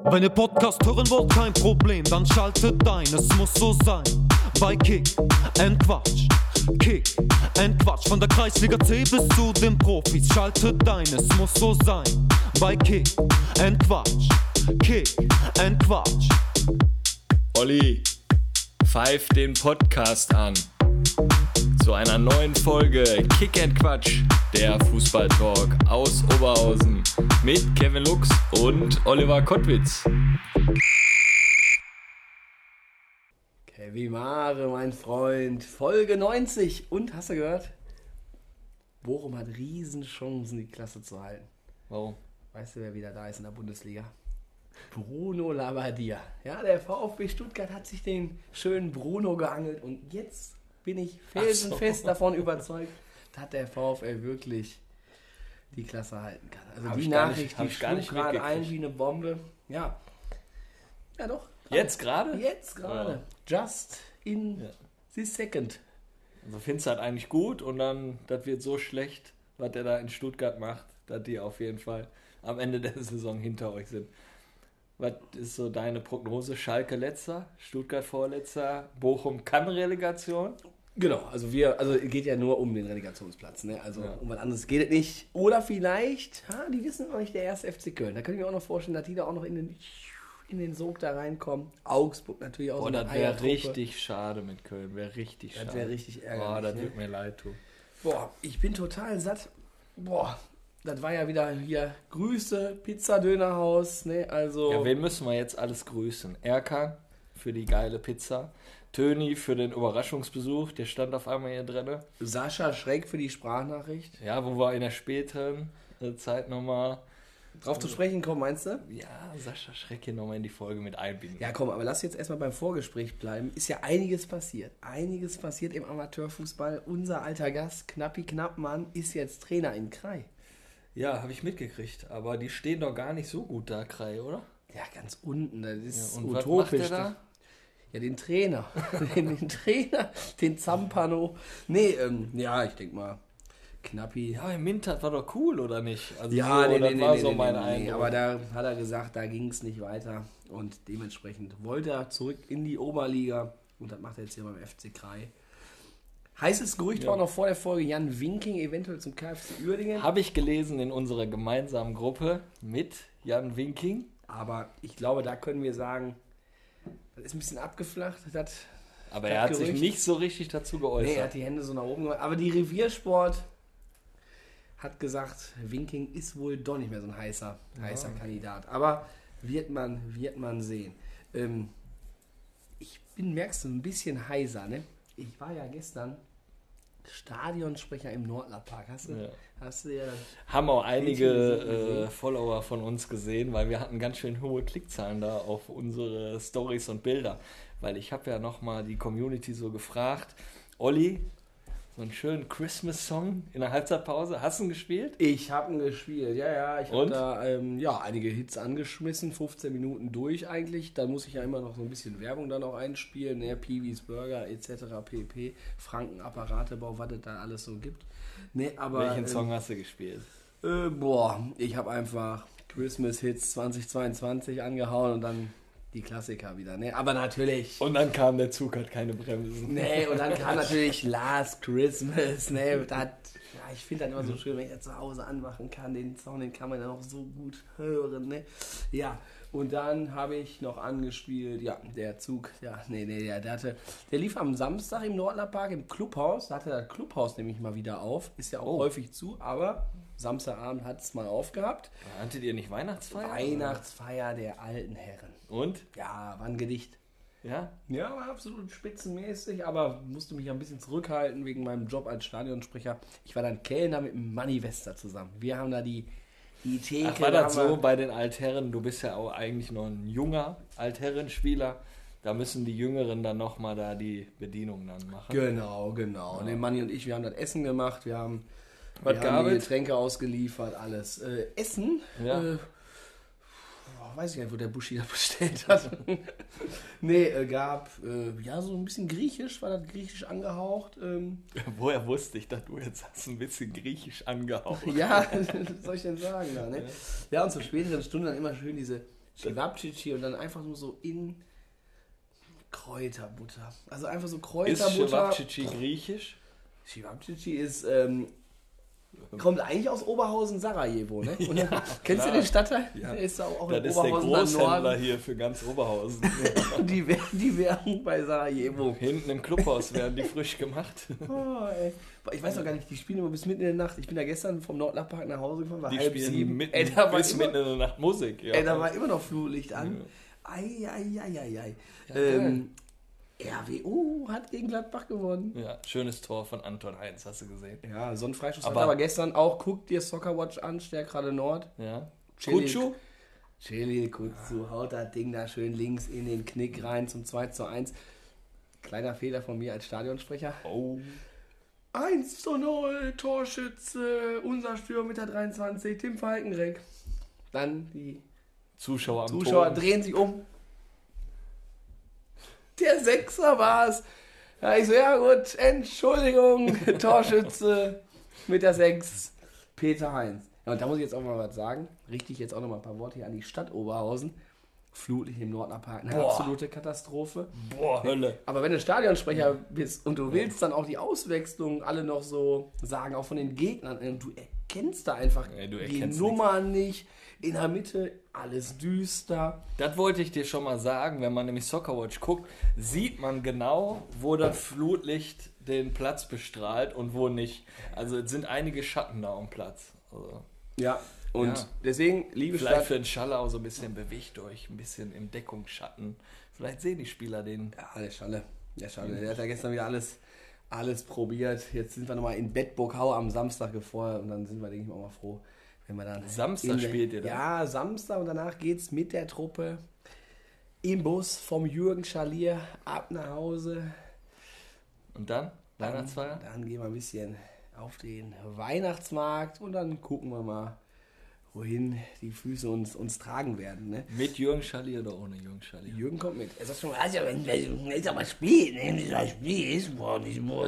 Wenn ihr Podcast hören wollt, kein Problem, dann schaltet ein, es muss so sein. Bei Kick and Quatsch, Kick and Quatsch. Von der Kreisliga C bis zu den Profis, schaltet ein, es muss so sein. Bei Kick and Quatsch, Kick and Quatsch. Olli, pfeif den Podcast an. Zu einer neuen Folge Kick and Quatsch, der Fußballtalk aus Oberhausen mit Kevin Lux und Oliver Kottwitz. Kevin Mare, mein Freund, Folge 90. Und, hast du gehört? Bochum hat Riesenchancen, die Klasse zu halten. Warum? Weißt du, wer wieder da ist in der Bundesliga? Bruno Labbadia. Ja, der VfB Stuttgart hat sich den schönen Bruno geangelt und jetzt bin ich felsenfest davon überzeugt, dass der VfL wirklich die Klasse halten kann. Also die Nachricht, die schlug gerade ein wie eine Bombe. Ja, ja doch. Jetzt gerade? Jetzt gerade. Ja. Just in the second. Also findest du halt eigentlich gut und dann, das wird so schlecht, was der da in Stuttgart macht, dass die auf jeden Fall am Ende der Saison hinter euch sind. Was ist so deine Prognose? Schalke letzter, Stuttgart vorletzter, Bochum kann Relegation? Genau, also geht ja nur um den Relegationsplatz, ne? Also um was anderes geht es nicht. Oder vielleicht, die wissen noch nicht, der erste FC Köln. Da könnte ich mir auch noch vorstellen, dass die da auch noch in den Sog da reinkommen. Augsburg natürlich auch. Boah, das wäre richtig schade mit Köln, wäre richtig schade. Das wäre richtig ärgerlich. Boah, das wird mir leid tun. Boah, ich bin total satt. Boah, das war ja wieder hier Grüße, Pizza-Dönerhaus, ne? Also. Ja, wen müssen wir jetzt alles grüßen? Erkan für die geile Pizza. Töni für den Überraschungsbesuch, der stand auf einmal hier drin. Sascha Schreck für die Sprachnachricht. Ja, wo wir in der späteren Zeit nochmal drauf zu sprechen kommen, meinst du? Ja, Sascha Schreck hier nochmal in die Folge mit einbinden. Ja, komm, aber lass jetzt erstmal beim Vorgespräch bleiben. Ist ja einiges passiert. Einiges passiert im Amateurfußball. Unser alter Gast, Knappi Knappmann, ist jetzt Trainer in Krai. Ja, habe ich mitgekriegt. Aber die stehen doch gar nicht so gut da, Krai, oder? Ja, ganz unten. Das ist und utopisch. Was macht der da? Ja, den Trainer. den Zampano. Nee, ja, ich denke mal, Knappi. Ja, im Mintat war doch cool, oder nicht? Also ja, so, das war so mein Eindruck. Aber da hat er gesagt, da ging es nicht weiter. Und dementsprechend wollte er zurück in die Oberliga. Und das macht er jetzt hier beim FC Krai. Heißes Gerücht war noch vor der Folge, Jan Winking eventuell zum KFC Uerdingen. Habe ich gelesen in unserer gemeinsamen Gruppe mit Jan Winking. Aber ich glaube, da können wir sagen, das ist ein bisschen abgeflacht. Aber er hat sich nicht so richtig dazu geäußert. Nee, er hat die Hände so nach oben gemacht. Aber die Reviersport hat gesagt, Winking ist wohl doch nicht mehr so ein heißer Kandidat. Aber wird man sehen. Ich bin, merkst du, ein bisschen heiser, ne? Ich war ja gestern Stadionsprecher im Nordlerpark. Hast du ja haben auch einige Follower von uns gesehen, weil wir hatten ganz schön hohe Klickzahlen da auf unsere Stories und Bilder. Weil ich habe ja nochmal die Community so gefragt, Olli, so einen schönen Christmas-Song in der Halbzeitpause, hast du ihn gespielt? Ich habe ihn gespielt, ja. Ich habe da einige Hits angeschmissen, 15 Minuten durch eigentlich. Da muss ich ja immer noch so ein bisschen Werbung dann auch einspielen, ne? Peewees Burger etc. pp. Franken Apparatebau, was es da alles so gibt. Ne, aber, welchen Song hast du gespielt? Ich habe einfach Christmas Hits 2022 angehauen und dann die Klassiker wieder, ne? Aber natürlich. Und dann kam der Zug, hat keine Bremsen. Ne, und dann kam natürlich Last Christmas, ne? Ich finde das immer so schön, wenn ich das zu Hause anmachen kann. Den Song, den kann man dann auch so gut hören, ne? Ja, und dann habe ich noch angespielt, der Zug, der lief am Samstag im Nordlerpark im Clubhaus. Da hatte das Clubhaus nämlich mal wieder auf. Ist ja auch häufig zu, aber Samstagabend hat es mal aufgehabt. Hattet ihr nicht Weihnachtsfeier? Weihnachtsfeier der alten Herren. Und? Ja, war ein Gedicht. Ja? Ja, war absolut spitzenmäßig, aber musste mich ein bisschen zurückhalten wegen meinem Job als Stadionsprecher. Ich war dann Kellner mit dem Manni Wester zusammen. Wir haben da die Theke. Ach, war das so bei den Altherren? Du bist ja auch eigentlich noch ein junger Altherrenspieler. Da müssen die Jüngeren dann nochmal da die Bedienung dann machen. Genau. Ja. Und der Manni und ich, wir haben das Essen gemacht. Wir haben die Getränke ausgeliefert, alles. Essen? Ja. Weiß ich gar nicht, wo der Buschi das bestellt hat. Nee, gab so ein bisschen Griechisch, war das griechisch angehaucht. Woher wusste ich, dass du jetzt hast ein bisschen Griechisch angehaucht? Ja, was soll ich denn sagen da, ne? Ja, und zur späteren Stunde dann immer schön diese Cevapcici und dann einfach nur so in Kräuterbutter. Also einfach so Ist Kräuterbutter. Cevapcici griechisch? Cevapcici ist, kommt eigentlich aus Oberhausen, Sarajevo, ne? Und kennst du den Stadtteil? Ja. Der ist auch Das in ist der Oberhausen Großhändler Norden. hier für ganz Oberhausen. Die werden bei Sarajevo. Hinten im Clubhaus werden die frisch gemacht. Oh, ey. Ich weiß auch gar nicht, die spielen immer bis mitten in der Nacht. Ich bin da gestern vom Nordlachpark nach Hause gefahren, war Die halb spielen 7. mitten, Ey, da war bis immer, mitten in der Nacht Musik. Ja. ey, da war immer noch Flutlicht an. Ja. Ei. geil. RWO hat gegen Gladbach gewonnen. Ja, schönes Tor von Anton Heinz, hast du gesehen? Ja, so ein Freischuss Aber- aber gestern auch. Guck dir Soccerwatch an, Stärkrade Nord. Ja. Chili. Kutschu? Chili Kutsu haut das Ding da schön links in den Knick rein zum 2:1. Kleiner Fehler von mir als Stadionsprecher. Oh. 1:0, Torschütze, unser Stürmer mit der 23, Tim Falkenreck. Dann die Zuschauer am Zuschauer Ton. drehen sich um. Der Sechser war's. Ja, ich so, ja gut, Entschuldigung, Torschütze mit der 6, Peter Heinz. Ja, und da muss ich jetzt auch mal was sagen. Richte ich jetzt auch noch mal ein paar Worte hier an die Stadt Oberhausen. Flutlicht im Nordlerpark, eine Boah. absolute Katastrophe. Boah, Hölle. Aber wenn du Stadionsprecher bist und du willst dann auch die Auswechslung alle noch so sagen, auch von den Gegnern, du erkennst da einfach Ja, du die erkennst Nummer nicht. In der Mitte alles düster. Das wollte ich dir schon mal sagen, wenn man nämlich Soccerwatch guckt, sieht man genau, wo das Flutlicht den Platz bestrahlt und wo nicht. Also es sind einige Schatten da am Platz. Also Ja, und Ja. deswegen, liebe vielleicht Stadt, für den Schaller auch so ein bisschen bewegt euch, ein bisschen im Deckungsschatten. Vielleicht sehen die Spieler den. ja, der Schalle, der hat ja gestern wieder alles probiert. Jetzt sind wir nochmal in Bedburg-Hau am Samstag vorher und dann sind wir, denke ich mal, auch mal froh, wenn wir dann... Samstag spielt ihr da? Ja, Samstag und danach geht's mit der Truppe im Bus vom Jürgen Schalier ab nach Hause. Und dann? Weihnachtsfeier? Dann gehen wir ein bisschen auf den Weihnachtsmarkt und dann gucken wir mal, wohin die Füße uns tragen werden. Ne? Mit Jürgen Schalli oder ohne Jürgen Schalli? Jürgen kommt mit. Er sagt schon, Also, wenn ist aber spät, ne? Dieser Spiel ist, boah,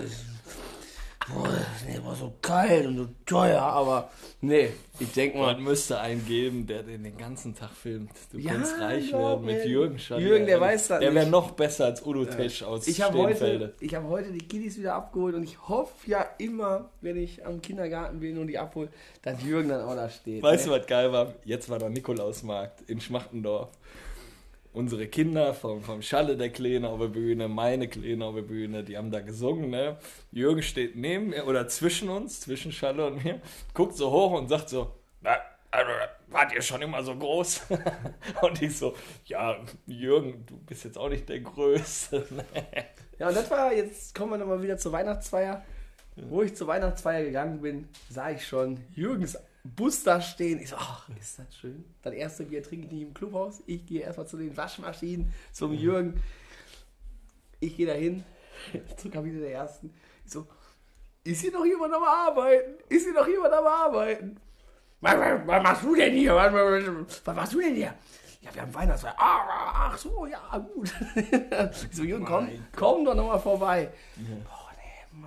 es war so kalt und so teuer, aber nee, ich denke mal, Man müsste einen geben, der den ganzen Tag filmt. Du Ja, kannst reich glaub werden mit mir. Jürgen Schalli. Jürgen, der weiß das Der wäre nicht. noch besser als Udo Tesch aus ich habe Steenfelde. heute die Kiddies wieder abgeholt und ich hoffe ja immer, wenn ich am Kindergarten bin und die abhole, dass Jürgen dann auch da steht. Weißt du, ne? was geil war? Jetzt war der Nikolausmarkt in Schmachtendorf. Unsere Kinder vom Schalle der Kleine auf der Bühne, meine Kleine auf der Bühne, die haben da gesungen. Ne? Jürgen steht neben mir oder zwischen uns, zwischen Schalle und mir, guckt so hoch und sagt so, na, also, wart ihr schon immer so groß? Und ich so, ja, Jürgen, du bist jetzt auch nicht der Größte. Ja, und das war, jetzt kommen wir nochmal wieder zur Weihnachtsfeier. Wo ich zur Weihnachtsfeier gegangen bin, sah ich schon Jürgens Bus da stehen. Ich so, ach, ist das schön. Das erste Bier trinke ich nicht im Clubhaus. Ich gehe erstmal zu den Waschmaschinen, zum Jürgen. Ich gehe da hin, zur Kabine der Ersten. Ich so, ist hier noch jemand am Arbeiten? Ist hier noch jemand am Arbeiten? Was machst du denn hier? Was machst du denn hier? Ja, wir haben Weihnachtsfeier. Ach so, ja, gut. Ich so, Jürgen, komm doch nochmal vorbei. Boah, nee.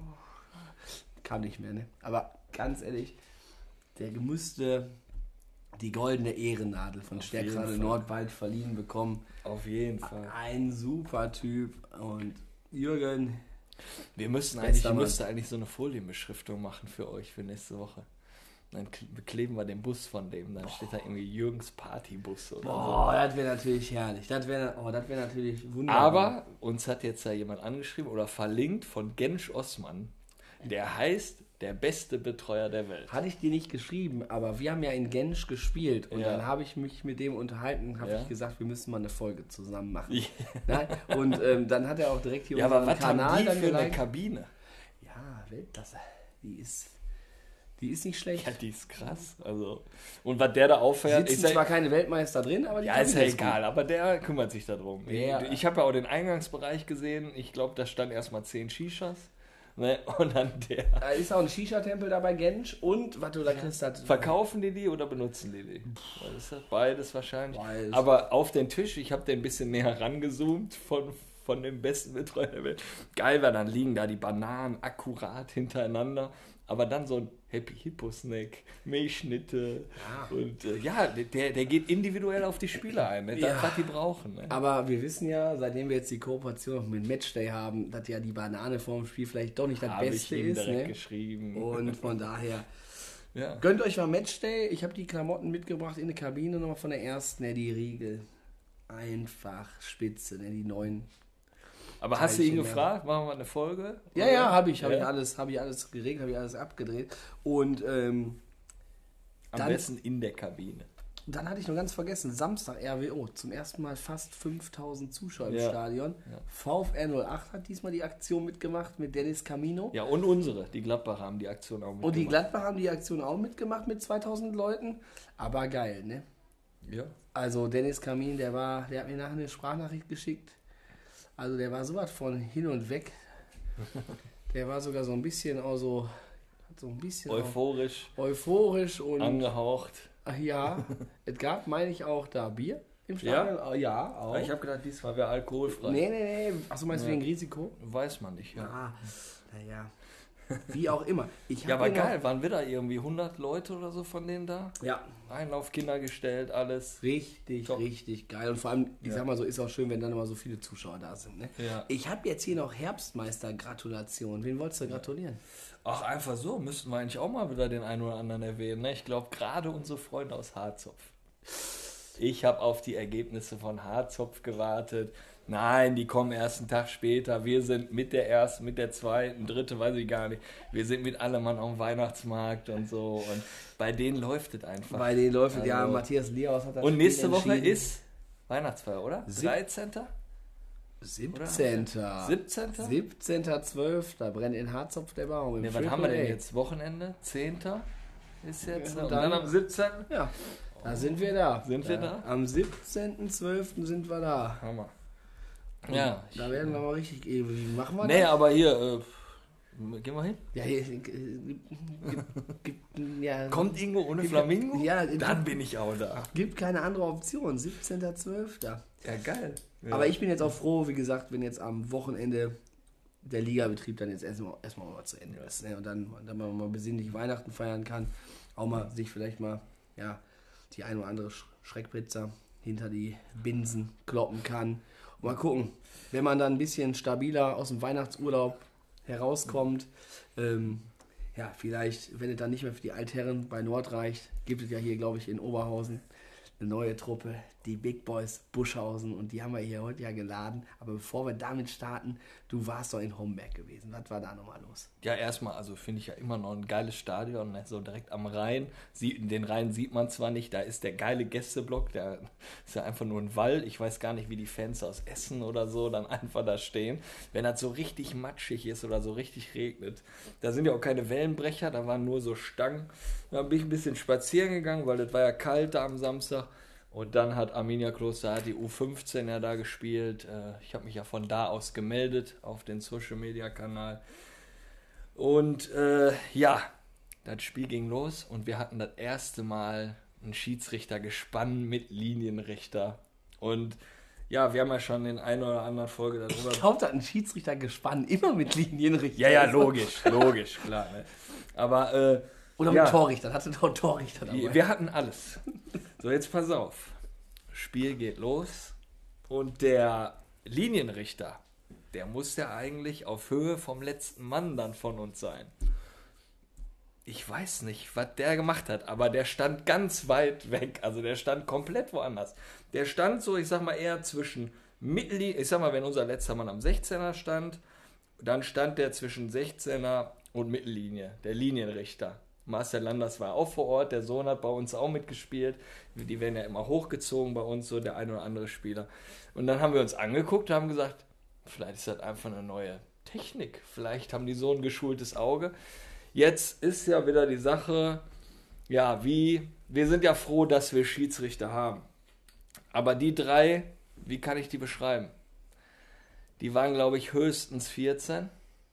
Kam nicht mehr, ne? Aber ganz ehrlich, der musste die goldene Ehrennadel von Auf jeden Stärkrade Fall. Nordwald verliehen bekommen. Auf jeden Fall. Ein super Typ. Und Jürgen, Wir müssten Bester Mann. müsste eigentlich so eine Folienbeschriftung machen für euch für nächste Woche. Dann kleben wir den Bus von dem, dann steht da irgendwie Jürgens Partybus oder boah, das wäre natürlich herrlich. Das wäre natürlich so. wunderbar. Aber uns hat jetzt ja jemand angeschrieben oder verlinkt von Gensch Osman, der heißt der beste Betreuer der Welt. Hatte ich dir nicht geschrieben, aber wir haben ja in Gensch gespielt und Ja. dann habe ich mich mit dem unterhalten, habe Ja. ich gesagt, wir müssen mal eine Folge zusammen machen. Ja. Nein? Und dann hat er auch direkt hier Ja, aber unseren was haben Kanal die dann für eine geliked. Kabine? Ja, Weltklasse. Die ist nicht schlecht. Ja, die ist krass. Also, und was der da auffährt, Sitzen zwar keine Weltmeister drin, aber die ja, ist ja Kabine egal, aber der kümmert sich darum. Ja. Ich habe ja auch den Eingangsbereich gesehen. Ich glaube, da stand erstmal 10 Shishas. Ne? Und dann der. Da ist auch ein Shisha-Tempel da bei Gensch und, was du da kriegst, hat Verkaufen die oder benutzen die? Das ist beides wahrscheinlich. Beides. Aber auf den Tisch, ich habe den ein bisschen näher rangezoomt von von dem besten Betreuer der Welt. Geil, weil dann liegen da die Bananen akkurat hintereinander, aber dann so ein Happy Hippo Snack, Milchschnitte und der geht individuell auf die Spieler ein, ne? Das, was die brauchen. Ne? Aber wir wissen ja, seitdem wir jetzt die Kooperation mit Matchday haben, dass ja die Banane vorm Spiel vielleicht doch nicht das Beste ich ihm ist. direkt Ne? geschrieben. Und von daher, Ja. gönnt euch mal Matchday. Ich habe die Klamotten mitgebracht in der Kabine nochmal von der ersten, ne, die Riegel. Einfach spitze, ne, die neuen. Aber hast du ihn Teilchen, gefragt? Machen wir mal eine Folge? Ja, habe ich Ja. alles geregelt, habe ich alles abgedreht. Und Am dann- besten in der Kabine. dann hatte ich noch ganz vergessen, Samstag RWO, zum ersten Mal fast 5000 Zuschauer im Ja. Stadion. Ja. VfR 08 hat diesmal die Aktion mitgemacht mit Dennis Camino. Ja, und unsere, die Gladbacher haben die Aktion auch mitgemacht. Und die Gladbach haben die Aktion auch mitgemacht mit 2000 Leuten. Aber geil, ne? Ja. Also Dennis Kamin, der hat mir nachher eine Sprachnachricht geschickt. Also der war sowas von hin und weg. Der war sogar so ein bisschen Euphorisch, euphorisch und angehaucht. ach ja, es gab, meine ich, auch da Bier im Stadion. Ja, auch. Ich habe gedacht, diesmal wäre alkoholfrei. Nee. Achso, meinst du Ja. wegen Risiko? Weiß man nicht, ja. Ah, naja. Wie auch immer. Ich hab Ja, aber hier noch- geil, waren wieder irgendwie 100 Leute oder so von denen da? Ja, Einlaufkinder gestellt, alles. richtig, Top. richtig geil. Und vor allem, ich Ja. sag mal so, ist auch schön, wenn dann immer so viele Zuschauer da sind. Ne? Ja. Ich habe jetzt hier noch Herbstmeister-Gratulation. Wen wolltest du gratulieren? Ach, einfach so, müssten wir eigentlich auch mal wieder den einen oder anderen erwähnen. Ne? Ich glaube, gerade unsere Freunde aus Harzopf. Ich habe auf die Ergebnisse von Harzopf gewartet. Nein, die kommen erst einen Tag später. Wir sind mit der ersten, mit der zweiten, dritte, weiß ich gar nicht. Wir sind mit allem auf dem Weihnachtsmarkt und so. Und bei denen läuft es einfach. Bei den läuft ja, Also- Matthias Lierhaus hat das Und Spiel nächste Woche entschieden. ist Weihnachtsfeier, oder? 13. 17. 17.? 17.12. brennt in Harzopf der Baum. im Ne, was haben wir denn Triple A. jetzt? Wochenende? 10. ist jetzt. Ja, Und dann- dann am 17. Ja, da sind wir da. Sind wir da? Am 17.12. sind wir da. Hammer. Ja. Da werden wir mal richtig. Wie machen wir Nee, das? aber hier, gehen wir hin? Ja, hier, ja, Kommt Ingo ohne Flamingo? Ja, Dann bin ich auch da. gibt keine andere Option. 17.12. Ja, geil. Ja. Aber ich bin jetzt auch froh, wie gesagt, wenn jetzt am Wochenende der Ligabetrieb dann jetzt erstmal mal zu Ende ist. Ne? Und dann man mal besinnlich Weihnachten feiern kann. Auch mal sich vielleicht mal ja, die ein oder andere Schreckpizza hinter die Binsen kloppen kann. Und mal gucken, wenn man dann ein bisschen stabiler aus dem Weihnachtsurlaub herauskommt, ja, vielleicht, wenn es dann nicht mehr für die Altherren bei Nord reicht, gibt es ja hier, glaube ich, in Oberhausen eine neue Truppe, die Big Boys Buschhausen, und die haben wir hier heute ja geladen. Aber bevor wir damit starten, du warst doch in Homberg gewesen. Was war da nochmal los? Ja, erstmal, also finde ich ja immer noch ein geiles Stadion, ne? So direkt am Rhein. Den Rhein sieht man zwar nicht, da ist der geile Gästeblock, der ist ja einfach nur ein Wall. Ich weiß gar nicht, wie die Fans aus Essen oder so dann einfach da stehen. Wenn das so richtig matschig ist oder so richtig regnet, da sind ja auch keine Wellenbrecher, da waren nur so Stangen. Da bin ich ein bisschen spazieren gegangen, weil das war ja kalt da am Samstag. Und dann hat Arminia Kloster, hat die U15 ja da gespielt. Ich habe mich ja von da aus gemeldet auf den Social Media Kanal. Und ja, das Spiel ging los und wir hatten das erste Mal ein Schiedsrichtergespann mit Linienrichter. Und ja, wir haben ja schon in einer oder anderen Folge darüber. Ich glaube, da hat ein Schiedsrichtergespann immer mit Linienrichter. Ja, logisch, klar. Ne? Aber Oder ja. mit Torrichter, hatte doch Torrichter dabei. wir hatten alles. So, jetzt pass auf. Spiel geht los und der Linienrichter, der muss ja eigentlich auf Höhe vom letzten Mann dann von uns sein. Ich weiß nicht, was der gemacht hat, aber der stand ganz weit weg. Also der stand komplett woanders. Der stand so, ich sag mal, eher zwischen Mittellinie. Ich sag mal, wenn unser letzter Mann am 16er stand, dann stand der zwischen 16er und Mittellinie, der Linienrichter. Marcel Landers war auch vor Ort, der Sohn hat bei uns auch mitgespielt. Die werden ja immer hochgezogen bei uns, so der ein oder andere Spieler. Und dann haben wir uns angeguckt und haben gesagt, vielleicht ist das einfach eine neue Technik. Vielleicht haben die so ein geschultes Auge. Jetzt ist ja wieder die Sache, ja, wir sind ja froh, dass wir Schiedsrichter haben. Aber die drei, wie kann ich die beschreiben? Die waren, glaube ich, höchstens 14.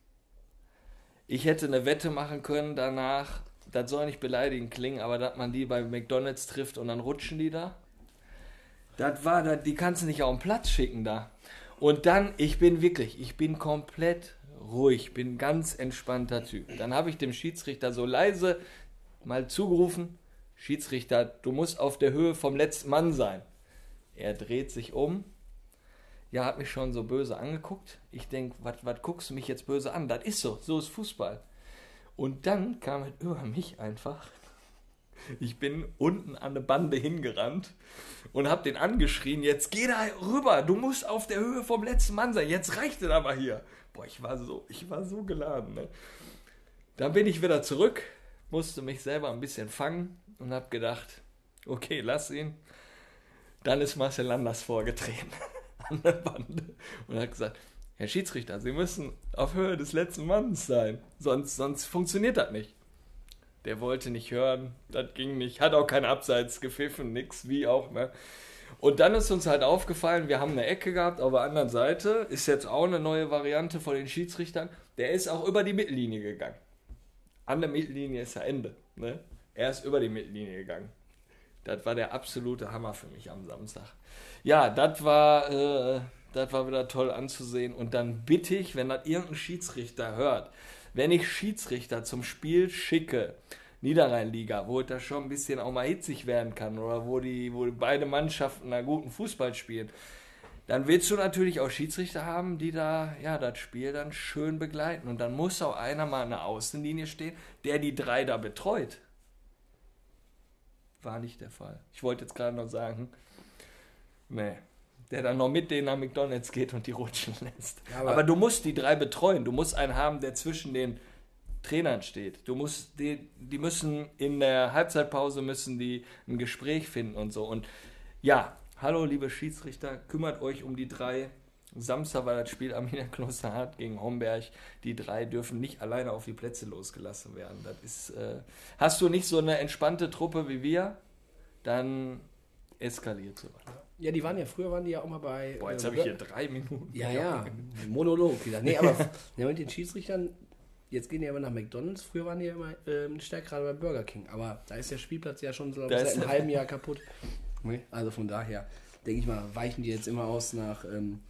Ich hätte eine Wette machen können danach, das soll nicht beleidigend klingen, aber dass man die bei McDonald's trifft und dann rutschen die da. Die kannst du nicht auf den Platz schicken da. Und dann, ich bin komplett ruhig, bin ganz entspannter Typ. Dann habe ich dem Schiedsrichter so leise mal zugerufen, Schiedsrichter, du musst auf der Höhe vom letzten Mann sein. Er dreht sich um, ja, hat mich schon so böse angeguckt. Ich denke, was guckst du mich jetzt böse an? Das ist so ist Fußball. Und dann kam es über mich einfach. Ich bin unten an eine Bande hingerannt und habe den angeschrien, jetzt geh da rüber, du musst auf der Höhe vom letzten Mann sein, jetzt reicht es aber hier. Boah, ich war so geladen. Ne? Dann bin ich wieder zurück, musste mich selber ein bisschen fangen und habe gedacht, okay, lass ihn. Dann ist Marcel Landers vorgetreten an der Bande und hat gesagt, Herr Schiedsrichter, Sie müssen auf Höhe des letzten Mannes sein, sonst funktioniert das nicht. Der wollte nicht hören, das ging nicht, hat auch kein Abseits gepfiffen, nix, wie auch, ne. Und dann ist uns halt aufgefallen, wir haben eine Ecke gehabt auf der anderen Seite, ist jetzt auch eine neue Variante von den Schiedsrichtern, der ist auch über die Mittellinie gegangen. An der Mittellinie ist ja Ende, ne. Er ist über die Mittellinie gegangen. Das war der absolute Hammer für mich am Samstag. Ja, das war wieder toll anzusehen. Und dann bitte ich, wenn das irgendein Schiedsrichter hört, wenn ich Schiedsrichter zum Spiel schicke, Niederrheinliga, wo es da schon ein bisschen auch mal hitzig werden kann oder wo beide Mannschaften da guten Fußball spielen, dann willst du natürlich auch Schiedsrichter haben, die da das Spiel dann schön begleiten. Und dann muss auch einer mal an der Außenlinie stehen, der die drei da betreut. War nicht der Fall. Ich wollte jetzt gerade noch sagen, der dann noch mit denen nach McDonald's geht und die rutschen lässt. Ja, aber du musst die drei betreuen. Du musst einen haben, der zwischen den Trainern steht. Die müssen in der Halbzeitpause ein Gespräch finden und so. Und ja, hallo liebe Schiedsrichter, kümmert euch um die drei. Samstag war das Spiel Arminia Klosterhardt gegen Homberg. Die drei dürfen nicht alleine auf die Plätze losgelassen werden. Das ist, hast du nicht so eine entspannte Truppe wie wir, dann eskaliert sowas. Ja, früher waren die ja auch mal bei... Boah, jetzt habe ich hier 3 Minuten. Ja, Monolog wieder. Nee, aber mit den Schiedsrichtern, jetzt gehen die immer nach McDonald's, früher waren die ja immer stärker gerade bei Burger King, aber da ist der Spielplatz ja schon seit einem halben Jahr kaputt. Also von daher, denke ich mal, weichen die jetzt immer aus nach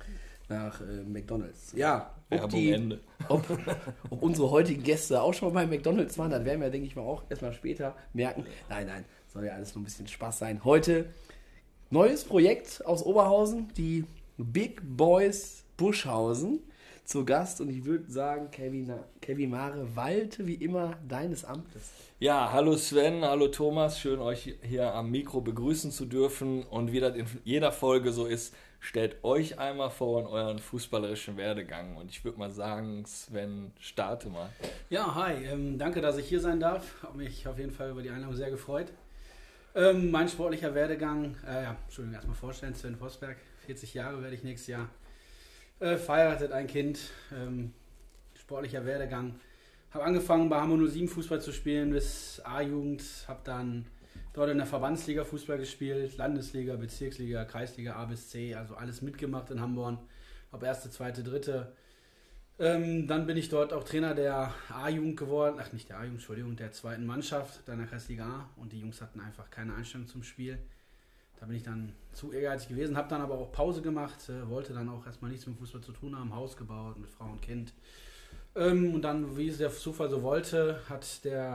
McDonald's. Ja, ob unsere heutigen Gäste auch schon mal bei McDonald's waren, dann werden wir, denke ich mal, auch erstmal später merken. Nein, soll ja alles nur ein bisschen Spaß sein. Heute neues Projekt aus Oberhausen, die Big Boys Buschhausen zu Gast. Und ich würde sagen, Kevin Mare, walte wie immer deines Amtes. Ja, hallo Sven, hallo Thomas, schön euch hier am Mikro begrüßen zu dürfen. Und wie das in jeder Folge so ist, stellt euch einmal vor in euren fußballerischen Werdegang. Und ich würde mal sagen, Sven, starte mal. Ja, hi, danke, dass ich hier sein darf. Habe mich auf jeden Fall über die Einladung sehr gefreut. Mein sportlicher Werdegang, Entschuldigung, erstmal vorstellen, Sven Vosberg, 40 Jahre werde ich nächstes Jahr. Verheiratet, ein Kind, sportlicher Werdegang. Habe angefangen bei Hamburg 07 Fußball zu spielen bis A-Jugend, habe dann dort in der Verbandsliga Fußball gespielt, Landesliga, Bezirksliga, Kreisliga A bis C, also alles mitgemacht in Hamburg. Habe erste, zweite, dritte. Dann bin ich dort auch Trainer der A-Jugend geworden, der zweiten Mannschaft deiner Kreisliga A, und die Jungs hatten einfach keine Einstellung zum Spiel. Da bin ich dann zu ehrgeizig gewesen, habe dann aber auch Pause gemacht, wollte dann auch erstmal nichts mit Fußball zu tun haben, Haus gebaut mit Frau und Kind. Und dann, wie es der Zufall so wollte, hat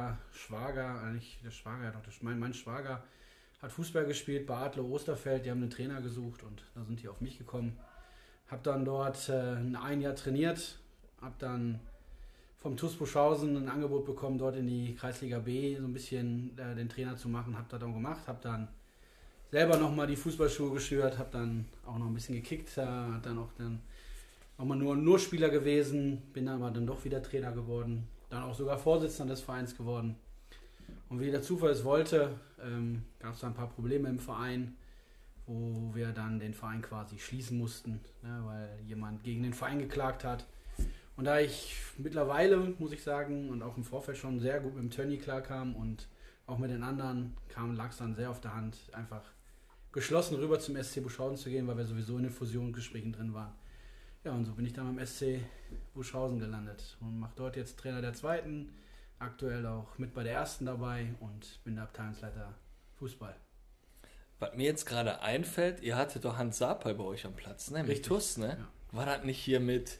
mein Schwager hat Fußball gespielt bei Adler Osterfeld, die haben einen Trainer gesucht und da sind die auf mich gekommen. Habe dann dort ein Jahr trainiert, habe dann vom TuS Buschhausen ein Angebot bekommen, dort in die Kreisliga B so ein bisschen den Trainer zu machen, habe das dann gemacht, habe dann selber nochmal die Fußballschuhe geschürt, habe dann auch noch ein bisschen gekickt, hat dann auch mal nur Spieler gewesen, bin dann aber dann doch wieder Trainer geworden, dann auch sogar Vorsitzender des Vereins geworden. Und wie der Zufall es wollte, gab es da ein paar Probleme im Verein, wo wir dann den Verein quasi schließen mussten, ne, weil jemand gegen den Verein geklagt hat. Und da ich mittlerweile, muss ich sagen, und auch im Vorfeld schon sehr gut mit dem Tönny klarkam und auch mit den anderen, lag es dann sehr auf der Hand, einfach geschlossen rüber zum SC Buschhausen zu gehen, weil wir sowieso in den Fusionsgesprächen drin waren. Ja, und so bin ich dann beim SC Buschhausen gelandet und mache dort jetzt Trainer der zweiten, aktuell auch mit bei der ersten dabei und bin der Abteilungsleiter Fußball. Was mir jetzt gerade einfällt, ihr hattet doch Hans Sapai bei euch am Platz, ne? Mit TuS, ne? war das nicht hier mit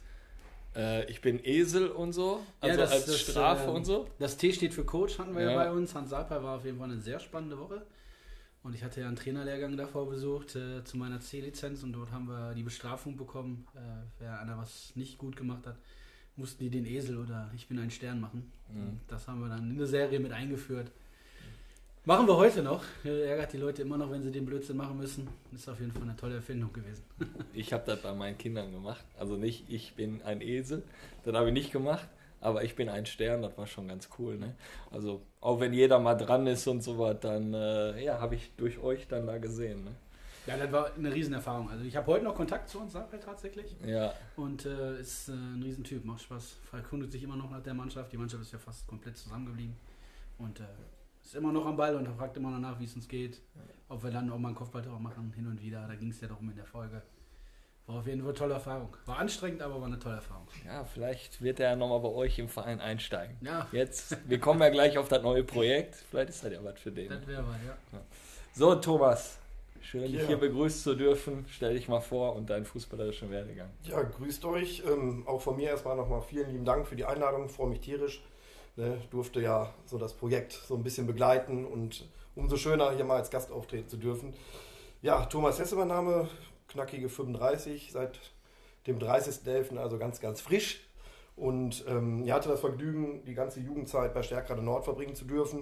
ich bin Esel und so? Also Ja, als Strafe und so? Das T steht für Coach, hatten wir ja Ja. bei uns. Hans Sapai war auf jeden Fall eine sehr spannende Woche. Und ich hatte ja einen Trainerlehrgang davor besucht zu meiner C-Lizenz und dort haben wir die Bestrafung bekommen. Wer einer was nicht gut gemacht hat, mussten die den Esel oder ich bin ein Stern machen. Und das haben wir dann in der Serie mit eingeführt. Machen wir heute noch. Ärgert die Leute immer noch, wenn sie den Blödsinn machen müssen. Ist auf jeden Fall eine tolle Erfindung gewesen. Ich habe das bei meinen Kindern gemacht. Also nicht, ich bin ein Esel, das habe ich nicht gemacht, aber ich bin ein Stern, das war schon ganz cool. Ne? Also auch wenn jeder mal dran ist und so was, dann habe ich durch euch dann da gesehen. Ne? Ja, das war eine Riesenerfahrung. Also ich habe heute noch Kontakt zu uns, Sapai tatsächlich. Ja, Und ist ein Riesentyp, macht Spaß. Erkundigt sich immer noch nach der Mannschaft. Die Mannschaft ist ja fast komplett zusammengeblieben. Und ist immer noch am Ball und fragt immer noch nach, wie es uns geht. Ob wir dann auch mal einen Kopfballtor machen, hin und wieder. Da ging es ja darum in der Folge. War auf jeden Fall eine tolle Erfahrung. War anstrengend, aber war eine tolle Erfahrung. ja, vielleicht wird er ja nochmal bei euch im Verein einsteigen. Ja, Jetzt, wir kommen ja gleich auf das neue Projekt. Vielleicht ist das ja was für den. das wäre was, ja. So, Thomas, schön, dich Ja. hier begrüßen zu dürfen. Stell dich mal vor und deinen fußballerischen Werdegang. Ja, grüßt euch. Auch von mir erstmal nochmal vielen lieben Dank für die Einladung. Freue mich tierisch. Ne, durfte ja so das Projekt so ein bisschen begleiten und umso schöner, hier mal als Gast auftreten zu dürfen. Ja, Thomas Hesse mein Name, knackige 35, seit dem 30.11., also ganz, ganz frisch. Und hatte das Vergnügen, die ganze Jugendzeit bei Stärkrade Nord verbringen zu dürfen.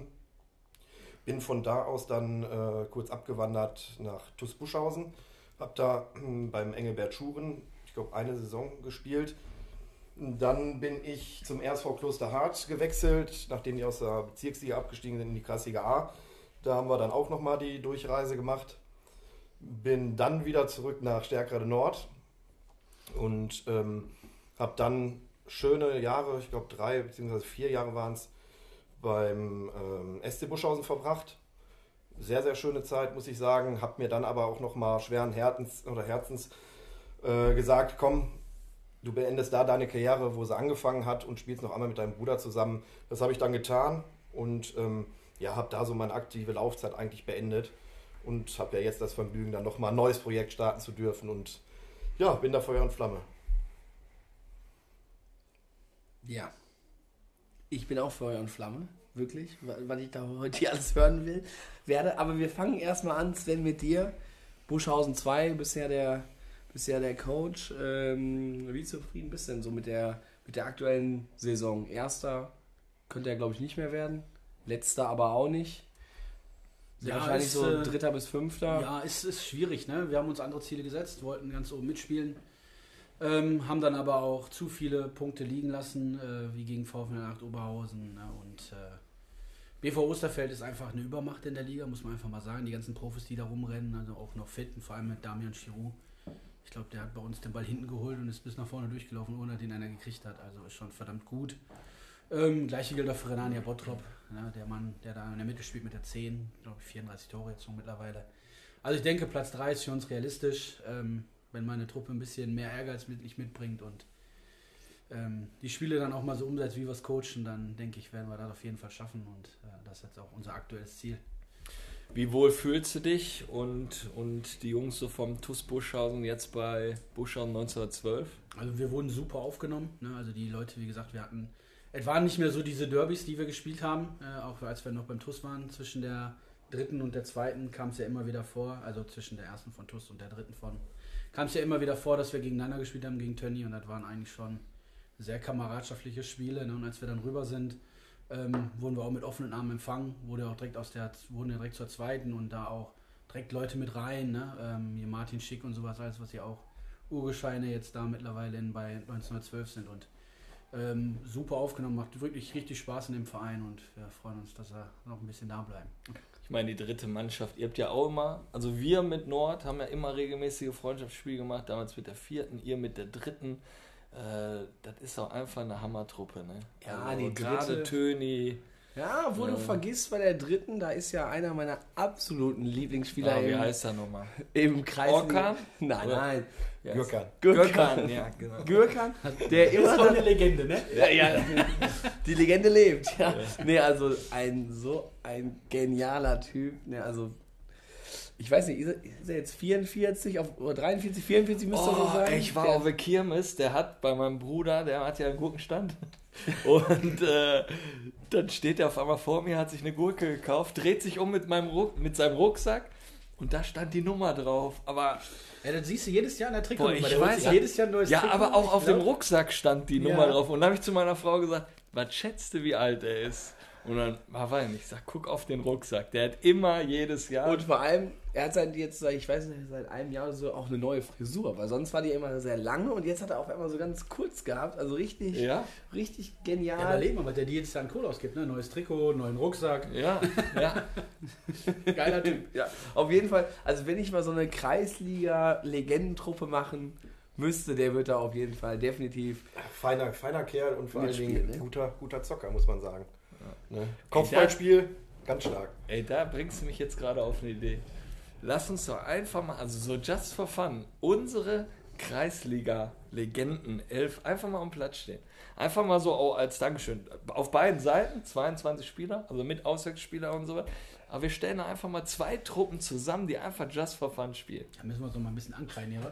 Bin von da aus dann kurz abgewandert nach TuS Buschhausen. Habe da beim Engelbert Schuren, ich glaube, eine Saison gespielt. Dann bin ich zum RSV Klosterhardt gewechselt, nachdem die aus der Bezirksliga abgestiegen sind in die Kreisliga A. Da haben wir dann auch nochmal die Durchreise gemacht. Bin dann wieder zurück nach Stärkrade Nord und habe dann schöne Jahre, ich glaube 3 bzw. 4 Jahre waren es, beim SC Buschhausen verbracht. Sehr, sehr schöne Zeit, muss ich sagen. Habe mir dann aber auch nochmal schweren Herzens gesagt, komm, du beendest da deine Karriere, wo sie angefangen hat und spielst noch einmal mit deinem Bruder zusammen. Das habe ich dann getan und habe da so meine aktive Laufzeit eigentlich beendet und habe ja jetzt das Vergnügen, dann nochmal ein neues Projekt starten zu dürfen und ja, bin da Feuer und Flamme. Ja. Ich bin auch Feuer und Flamme, wirklich, was ich da heute hier alles hören werde. Aber wir fangen erstmal an, Sven, mit dir. Buschhausen 2, bisher der Coach. Wie zufrieden bist du denn so mit der aktuellen Saison? Erster könnte er, glaube ich, nicht mehr werden. Letzter aber auch nicht. Ja, Wahrscheinlich ist, so Dritter bis Fünfter. Ja, ist schwierig, ne? Wir haben uns andere Ziele gesetzt, wollten ganz oben mitspielen, haben dann aber auch zu viele Punkte liegen lassen, wie gegen VfL 8 Oberhausen. Ne? Und BV Osterfeld ist einfach eine Übermacht in der Liga, muss man einfach mal sagen. Die ganzen Profis, die da rumrennen, also auch noch fit, und vor allem mit Damian Giroud. Ich glaube, der hat bei uns den Ball hinten geholt und ist bis nach vorne durchgelaufen, ohne dass ihn einer gekriegt hat. Also ist schon verdammt gut. Gleiche gilt auch für Renania Bottrop, ne? Der Mann, der da in der Mitte spielt mit der 10, glaube ich 34 Tore jetzt schon mittlerweile. Also ich denke, Platz 3 ist für uns realistisch, wenn meine Truppe ein bisschen mehr Ehrgeiz mitbringt und die Spiele dann auch mal so umsetzt, wie wir es coachen, dann denke ich, werden wir das auf jeden Fall schaffen und das ist jetzt auch unser aktuelles Ziel. Wie wohl fühlst du dich und die Jungs so vom TuS Buschhausen jetzt bei Buschhausen 1912? Also wir wurden super aufgenommen, ne? Also die Leute, wie gesagt, es waren nicht mehr so diese Derbys, die wir gespielt haben, auch als wir noch beim TuS waren. Zwischen der dritten und der zweiten kam es ja immer wieder vor, also zwischen der ersten von TuS und der dritten kam es ja immer wieder vor, dass wir gegeneinander gespielt haben, gegen Tönny, und das waren eigentlich schon sehr kameradschaftliche Spiele, ne? Und als wir dann rüber sind, wurden wir auch mit offenen Armen empfangen, wurden ja direkt zur zweiten und da auch direkt Leute mit rein, ne? Hier Martin Schick und sowas, alles, was ja auch Urgescheine jetzt da mittlerweile bei 1912 sind, und super aufgenommen, macht wirklich richtig Spaß in dem Verein und wir freuen uns, dass wir noch ein bisschen da bleiben. Ich meine, die dritte Mannschaft, ihr habt ja auch immer, also wir mit Nord haben ja immer regelmäßige Freundschaftsspiele gemacht, damals mit der vierten, ihr mit der dritten. Das ist auch einfach eine Hammertruppe, ne? Ja, also die gerade dritte. Töni. Ja, wo du vergisst, bei der dritten, da ist ja einer meiner absoluten Lieblingsspieler Wie heißt er nochmal? im Kreis. Orkan? Nein. Ja, Gürkan. Gürkan, ja, genau. Gürkan, der immer Das ist eine Legende, ne? ja, die Legende lebt, ja. Nee, also so ein genialer Typ, ne, also Ich weiß nicht, ist er jetzt 44 oder 43, 44 müsste er so sein? Ich war auf der Kirmes, der hat bei meinem Bruder, der hat ja einen Gurkenstand. Und dann steht er auf einmal vor mir, hat sich eine Gurke gekauft, dreht sich um mit seinem Rucksack und da stand die Nummer drauf. Aber Ja, das siehst du jedes Jahr in der Trikot. ich der holt sich weiß, jedes Jahr ein neues ja, Trikot. aber auch auf Ich glaub, dem Rucksack stand die Nummer drauf. Und dann habe ich zu meiner Frau gesagt, was schätzt du, wie alt er ist? Und dann war ich sag, guck auf den Rucksack. Der hat immer jedes Jahr. Und vor allem, er hat seit einem Jahr oder so auch eine neue Frisur, weil sonst war die immer sehr lange und jetzt hat er auf einmal so ganz kurz gehabt, also richtig genial. Ja, überleg mal, was der dir jedes Jahr an Kohle ausgibt, ne? Neues Trikot, neuen Rucksack. Ja. Geiler Typ. Ja, auf jeden Fall, also wenn ich mal so eine Kreisliga-Legendentruppe machen müsste, der wird da auf jeden Fall definitiv Feiner Kerl und vor allen Mitspielen, Dingen ne? guter Zocker, muss man sagen. Ne? Kopfballspiel, ganz stark. Ey, da bringst du mich jetzt gerade auf eine Idee. Lass uns doch einfach mal, also so just for fun, unsere Kreisliga-Legenden 11 einfach mal am Platz stehen. Einfach mal so auch als Dankeschön. Auf beiden Seiten, 22 Spieler, also mit Auswechselspieler und so weiter. Aber wir stellen da einfach mal 2 Truppen zusammen, die einfach just for fun spielen. Da müssen wir uns noch mal ein bisschen ankreien hier, wa?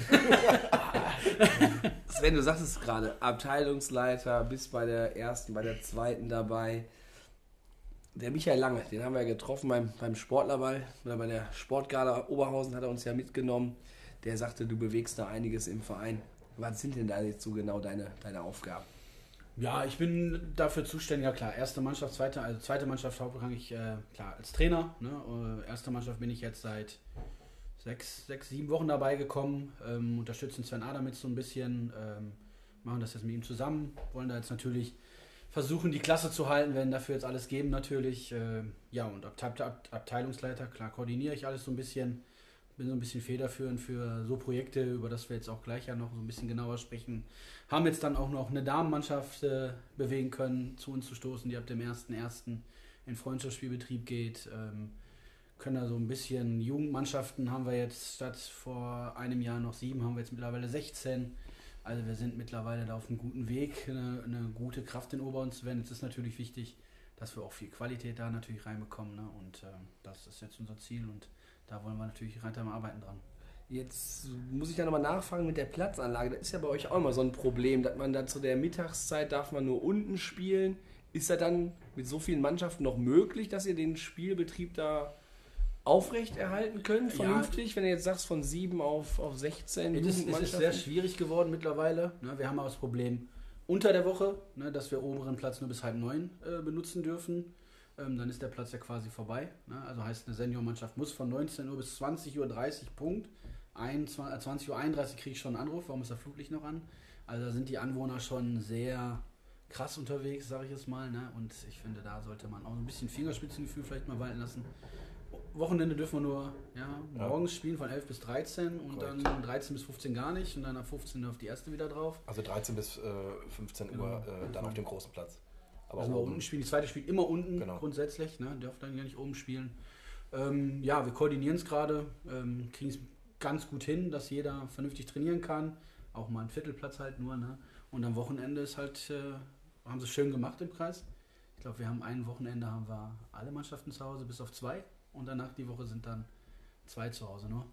Sven, du sagst es gerade, Abteilungsleiter, bis bei der ersten, bei der zweiten dabei. Der Michael Lange, den haben wir ja getroffen beim Sportlerball oder bei der Sportgala Oberhausen, hat er uns ja mitgenommen. Der sagte, du bewegst da einiges im Verein. Was sind denn da jetzt so genau deine Aufgaben? Ja, ich bin dafür zuständig, ja klar, erste Mannschaft, zweite Mannschaft hauptrangig, klar, als Trainer. Ne? Erste Mannschaft bin ich jetzt seit 7 Wochen dabei gekommen, unterstützen Sven Adamit so ein bisschen, machen das jetzt mit ihm zusammen, wollen da jetzt natürlich versuchen, die Klasse zu halten, werden dafür jetzt alles geben natürlich. Ja, und Abteilungsleiter, klar, koordiniere ich alles so ein bisschen, bin so ein bisschen federführend für so Projekte, über das wir jetzt auch gleich ja noch so ein bisschen genauer sprechen. Haben jetzt dann auch noch eine Damenmannschaft bewegen können, zu uns zu stoßen, die ab dem 1.1. in Freundschaftsspielbetrieb geht. Können da so ein bisschen Jugendmannschaften haben wir jetzt statt vor einem Jahr noch 7, haben wir jetzt mittlerweile 16. Also wir sind mittlerweile da auf einem guten Weg, eine gute Kraft in Ober uns zu werden. Jetzt ist natürlich wichtig, dass wir auch viel Qualität da natürlich reinbekommen. Ne? Und das ist jetzt unser Ziel und da wollen wir natürlich weiter am Arbeiten dran. Jetzt muss ich da nochmal nachfragen mit der Platzanlage. Das ist ja bei euch auch immer so ein Problem, dass man dann zu der Mittagszeit darf man nur unten spielen. Ist das dann mit so vielen Mannschaften noch möglich, dass ihr den Spielbetrieb da aufrechterhalten könnt, vernünftig? Ja. Wenn du jetzt sagst, von 7 auf 16 Es ist sehr schwierig geworden mittlerweile. Ne? Wir haben auch das Problem unter der Woche, ne, dass wir oberen Platz nur bis 8:30 benutzen dürfen. Dann ist der Platz ja quasi vorbei. Ne? Also heißt, eine Seniormannschaft muss von 19 Uhr bis 20:30 Uhr, Punkt. 20:31 Uhr kriege ich schon einen Anruf, warum ist das Flutlicht noch an? Also da sind die Anwohner schon sehr krass unterwegs, sage ich jetzt mal. Ne? Und ich finde, da sollte man auch ein bisschen Fingerspitzengefühl vielleicht mal walten lassen. Wochenende dürfen wir nur morgens spielen von 11 bis 13 und dann 13 bis 15 gar nicht und dann ab 15 auf die erste wieder drauf. Also 13 bis 15 Uhr dann auf dem großen Platz. Aber also oben unten spielen, die zweite spielt immer unten grundsätzlich, ne? Dürfen dann ja nicht oben spielen. Ja, wir koordinieren es gerade, kriegen es ganz gut hin, dass jeder vernünftig trainieren kann, auch mal einen Viertelplatz halt nur. Ne? Und am Wochenende ist halt, haben sie es schön gemacht im Kreis. Ich glaube, wir haben ein Wochenende, haben wir alle Mannschaften zu Hause, bis auf 2. Und danach die Woche sind dann 2 zu Hause nur.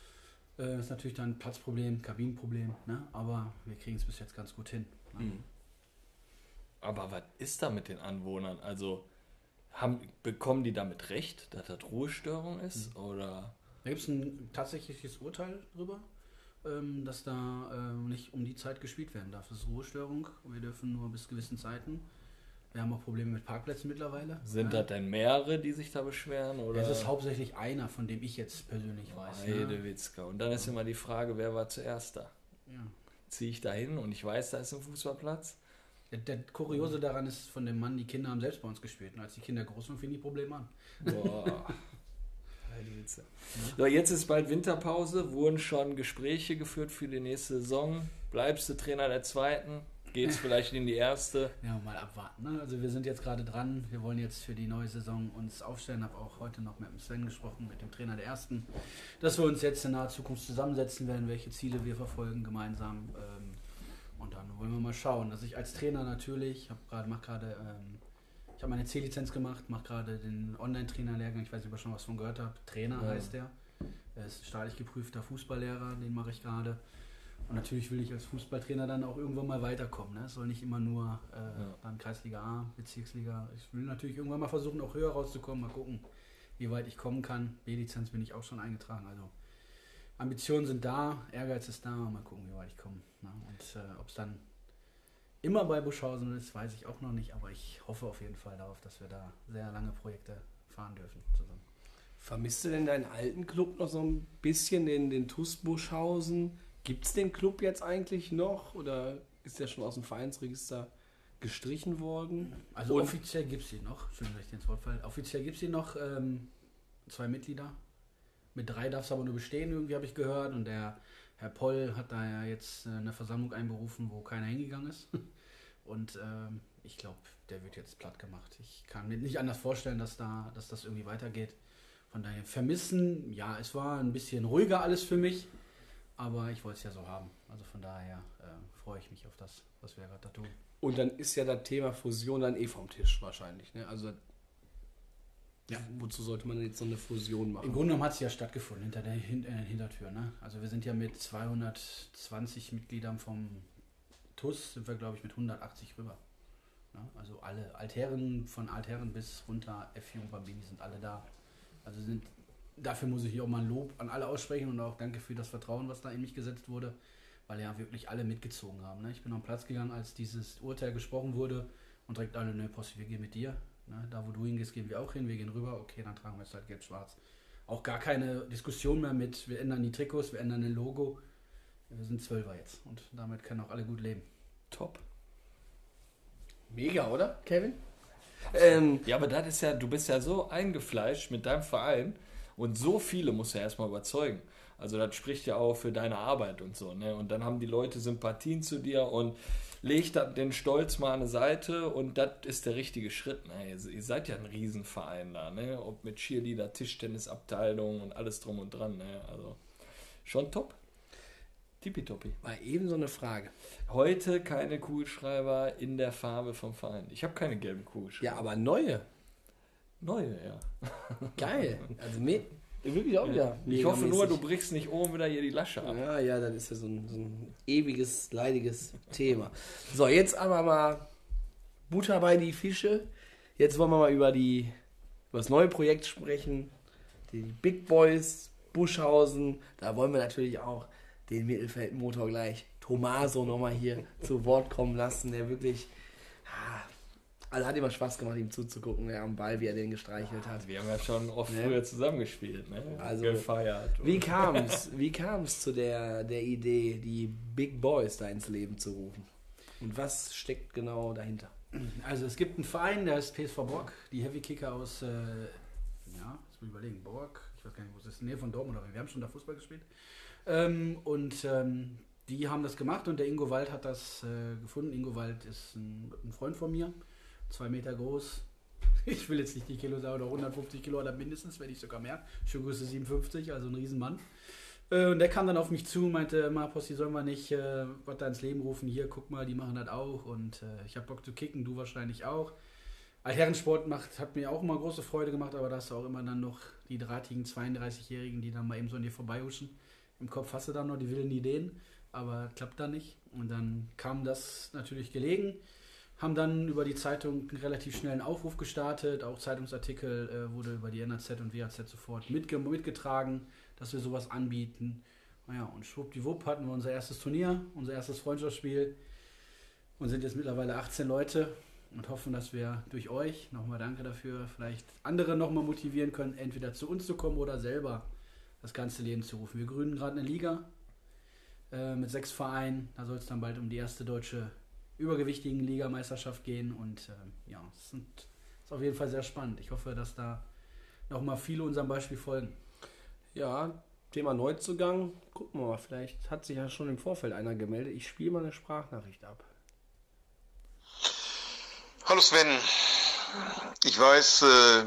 Das ist natürlich dann ein Platzproblem, Kabinenproblem, ne? Aber wir kriegen es bis jetzt ganz gut hin. Ne? Mhm. Aber was ist da mit den Anwohnern? Also bekommen die damit recht, dass das Ruhestörung ist? Oder? Da gibt es ein tatsächliches Urteil drüber, dass da nicht um die Zeit gespielt werden darf. Das ist Ruhestörung. Wir dürfen nur bis gewissen Zeiten. Wir haben auch Probleme mit Parkplätzen mittlerweile. Sind das denn mehrere, die sich da beschweren? Oder? Es ist hauptsächlich einer, von dem ich jetzt persönlich weiß. Heidewitzka. Und dann ist immer die Frage, wer war zuerst da? Ja. Ziehe ich da hin und ich weiß, da ist ein Fußballplatz? Der Kuriose daran ist von dem Mann, die Kinder haben selbst bei uns gespielt. Und als die Kinder groß waren, fingen die Probleme an. Boah. Heidewitzka. So, jetzt ist bald Winterpause. Wurden schon Gespräche geführt für die nächste Saison? Bleibst du Trainer der zweiten? Geht es vielleicht in die erste? Ja, mal abwarten. Ne? Also wir sind jetzt gerade dran. Wir wollen jetzt für die neue Saison uns aufstellen. Habe auch heute noch mit dem Sven gesprochen, mit dem Trainer der ersten, dass wir uns jetzt in naher Zukunft zusammensetzen werden, welche Ziele wir verfolgen gemeinsam. Und dann wollen wir mal schauen, dass ich als Trainer natürlich, mache gerade Ich habe meine C-Lizenz gemacht, mache gerade den Online-Trainer-Lehrgang. Ich weiß nicht, ob ihr schon was von gehört habt. Trainer heißt der. Er ist staatlich geprüfter Fußballlehrer, den mache ich gerade. Und natürlich will ich als Fußballtrainer dann auch irgendwann mal weiterkommen. Ne? Es soll nicht immer nur dann Kreisliga A, Bezirksliga. Ich will natürlich irgendwann mal versuchen, auch höher rauszukommen. Mal gucken, wie weit ich kommen kann. B-Lizenz bin ich auch schon eingetragen. Also Ambitionen sind da, Ehrgeiz ist da. Mal gucken, wie weit ich komme. Ne? Und ob es dann immer bei Buschhausen ist, weiß ich auch noch nicht. Aber ich hoffe auf jeden Fall darauf, dass wir da sehr lange Projekte fahren dürfen zusammen. Vermisst du denn deinen alten Club noch so ein bisschen, den TuS Buschhausen? Gibt es den Club jetzt eigentlich noch oder ist der schon aus dem Vereinsregister gestrichen worden? Also offiziell gibt es ihn noch. Schön, dass ich dir ins Wort falle. Offiziell gibt es ihn noch 2 Mitglieder. Mit 3 darf es aber nur bestehen, irgendwie habe ich gehört. Und der Herr Poll hat da ja jetzt eine Versammlung einberufen, wo keiner hingegangen ist. Und ich glaube, der wird jetzt platt gemacht. Ich kann mir nicht anders vorstellen, dass das irgendwie weitergeht. Von daher vermissen, ja, es war ein bisschen ruhiger alles für mich, aber ich wollte es ja so haben. Also von daher freue ich mich auf das, was wir gerade da tun. Und dann ist ja das Thema Fusion dann vom Tisch wahrscheinlich. Ne? Also wozu sollte man jetzt so eine Fusion machen? Im Grunde genommen hat es ja stattgefunden hinter der Hintertür. Ne? Also wir sind ja mit 220 Mitgliedern vom TuS, sind wir glaube ich mit 180 rüber. Ne? Also alle Altherren, von Altherren bis runter F-Jugend Bambini sind alle da. Also dafür muss ich hier auch mal ein Lob an alle aussprechen und auch danke für das Vertrauen, was da in mich gesetzt wurde, weil ja wirklich alle mitgezogen haben. Ne? Ich bin auf den Platz gegangen, als dieses Urteil gesprochen wurde und direkt alle, ne Posti, wir gehen mit dir. Ne? Da wo du hingehst, gehen wir auch hin, wir gehen rüber, okay, dann tragen wir jetzt halt gelb-schwarz. Auch gar keine Diskussion mehr mit, wir ändern die Trikots, wir ändern ein Logo. Wir sind 12er jetzt und damit können auch alle gut leben. Top. Mega, oder, Kevin? Ja, aber das ist ja, du bist ja so eingefleischt mit deinem Verein und so viele musst du ja erstmal überzeugen. Also das spricht ja auch für deine Arbeit und so, ne? Und dann haben die Leute Sympathien zu dir und legt den Stolz mal an eine Seite und das ist der richtige Schritt. Ne? Ihr seid ja ein Riesenverein da, ne? Ob mit Cheerleader, Tischtennisabteilung und alles drum und dran, ne? Also schon top. Tippitoppi. War eben so eine Frage. Heute keine Kugelschreiber in der Farbe vom Verein. Ich habe keine gelben Kugelschreiber. Ja, aber neue. Neue, ja. Geil. Also wirklich auch wieder. Ich hoffe nur, du brichst nicht oben wieder hier die Lasche ab. Ja, das ist ja so ein ewiges, leidiges Thema. So, jetzt aber mal Butter bei die Fische. Jetzt wollen wir mal über das neue Projekt sprechen. Die Big Boys, Buschhausen. Da wollen wir natürlich auch den Mittelfeldmotor gleich Tommaso nochmal hier zu Wort kommen lassen, der wirklich, also hat immer Spaß gemacht, ihm zuzugucken, der am Ball, wie er den gestreichelt hat. Wir haben ja schon oft früher zusammengespielt, ne? Also, gefeiert. Wie kam's zu der Idee, die Big Boys da ins Leben zu rufen? Und was steckt genau dahinter? Also es gibt einen Verein, der ist PSV Borg, die Heavy Kicker aus, jetzt muss ich überlegen, Borg, ich weiß gar nicht, wo es ist, in der Nähe von Dortmund, aber wir haben schon da Fußball gespielt. Die haben das gemacht und der Ingo Wald hat das gefunden. Ingo Wald ist ein Freund von mir, 2 Meter groß. Ich will jetzt nicht die Kilo sagen, oder 150 Kilo oder mindestens, wenn nicht sogar mehr. Schöne Größe 57, also ein Riesenmann. Und der kam dann auf mich zu und meinte, Posti, sollen wir nicht was da ins Leben rufen? Hier, guck mal, die machen das auch und ich habe Bock zu kicken, du wahrscheinlich auch. Altherrensport hat mir auch immer große Freude gemacht, aber da hast du auch immer dann noch die drahtigen 32-Jährigen, die dann mal eben so an dir vorbeihuschen. Im Kopf hast du dann noch die wilden Ideen, aber klappt dann nicht. Und dann kam das natürlich gelegen, haben dann über die Zeitung einen relativ schnellen Aufruf gestartet, auch Zeitungsartikel wurde über die NAZ und WAZ sofort mitgetragen, dass wir sowas anbieten. Naja, und schwuppdiwupp hatten wir unser erstes Turnier, unser erstes Freundschaftsspiel und sind jetzt mittlerweile 18 Leute und hoffen, dass wir durch euch, nochmal danke dafür, vielleicht andere nochmal motivieren können, entweder zu uns zu kommen oder selber das ganze Leben zu rufen. Wir gründen gerade eine Liga mit 6 Vereinen. Da soll es dann bald um die erste deutsche übergewichtigen Ligameisterschaft gehen. Und es ist auf jeden Fall sehr spannend. Ich hoffe, dass da nochmal viele unserem Beispiel folgen. Ja, Thema Neuzugang. Gucken wir mal, vielleicht hat sich ja schon im Vorfeld einer gemeldet. Ich spiele mal eine Sprachnachricht ab. Hallo Sven. Ich weiß,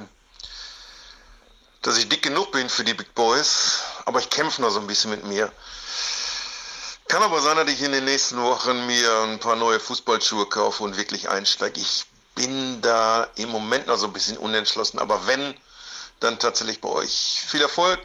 dass ich dick genug bin für die Big Boys, aber ich kämpfe noch so ein bisschen mit mir. Kann aber sein, dass ich in den nächsten Wochen mir ein paar neue Fußballschuhe kaufe und wirklich einsteige. Ich bin da im Moment noch so ein bisschen unentschlossen, aber wenn, dann tatsächlich bei euch. Viel Erfolg,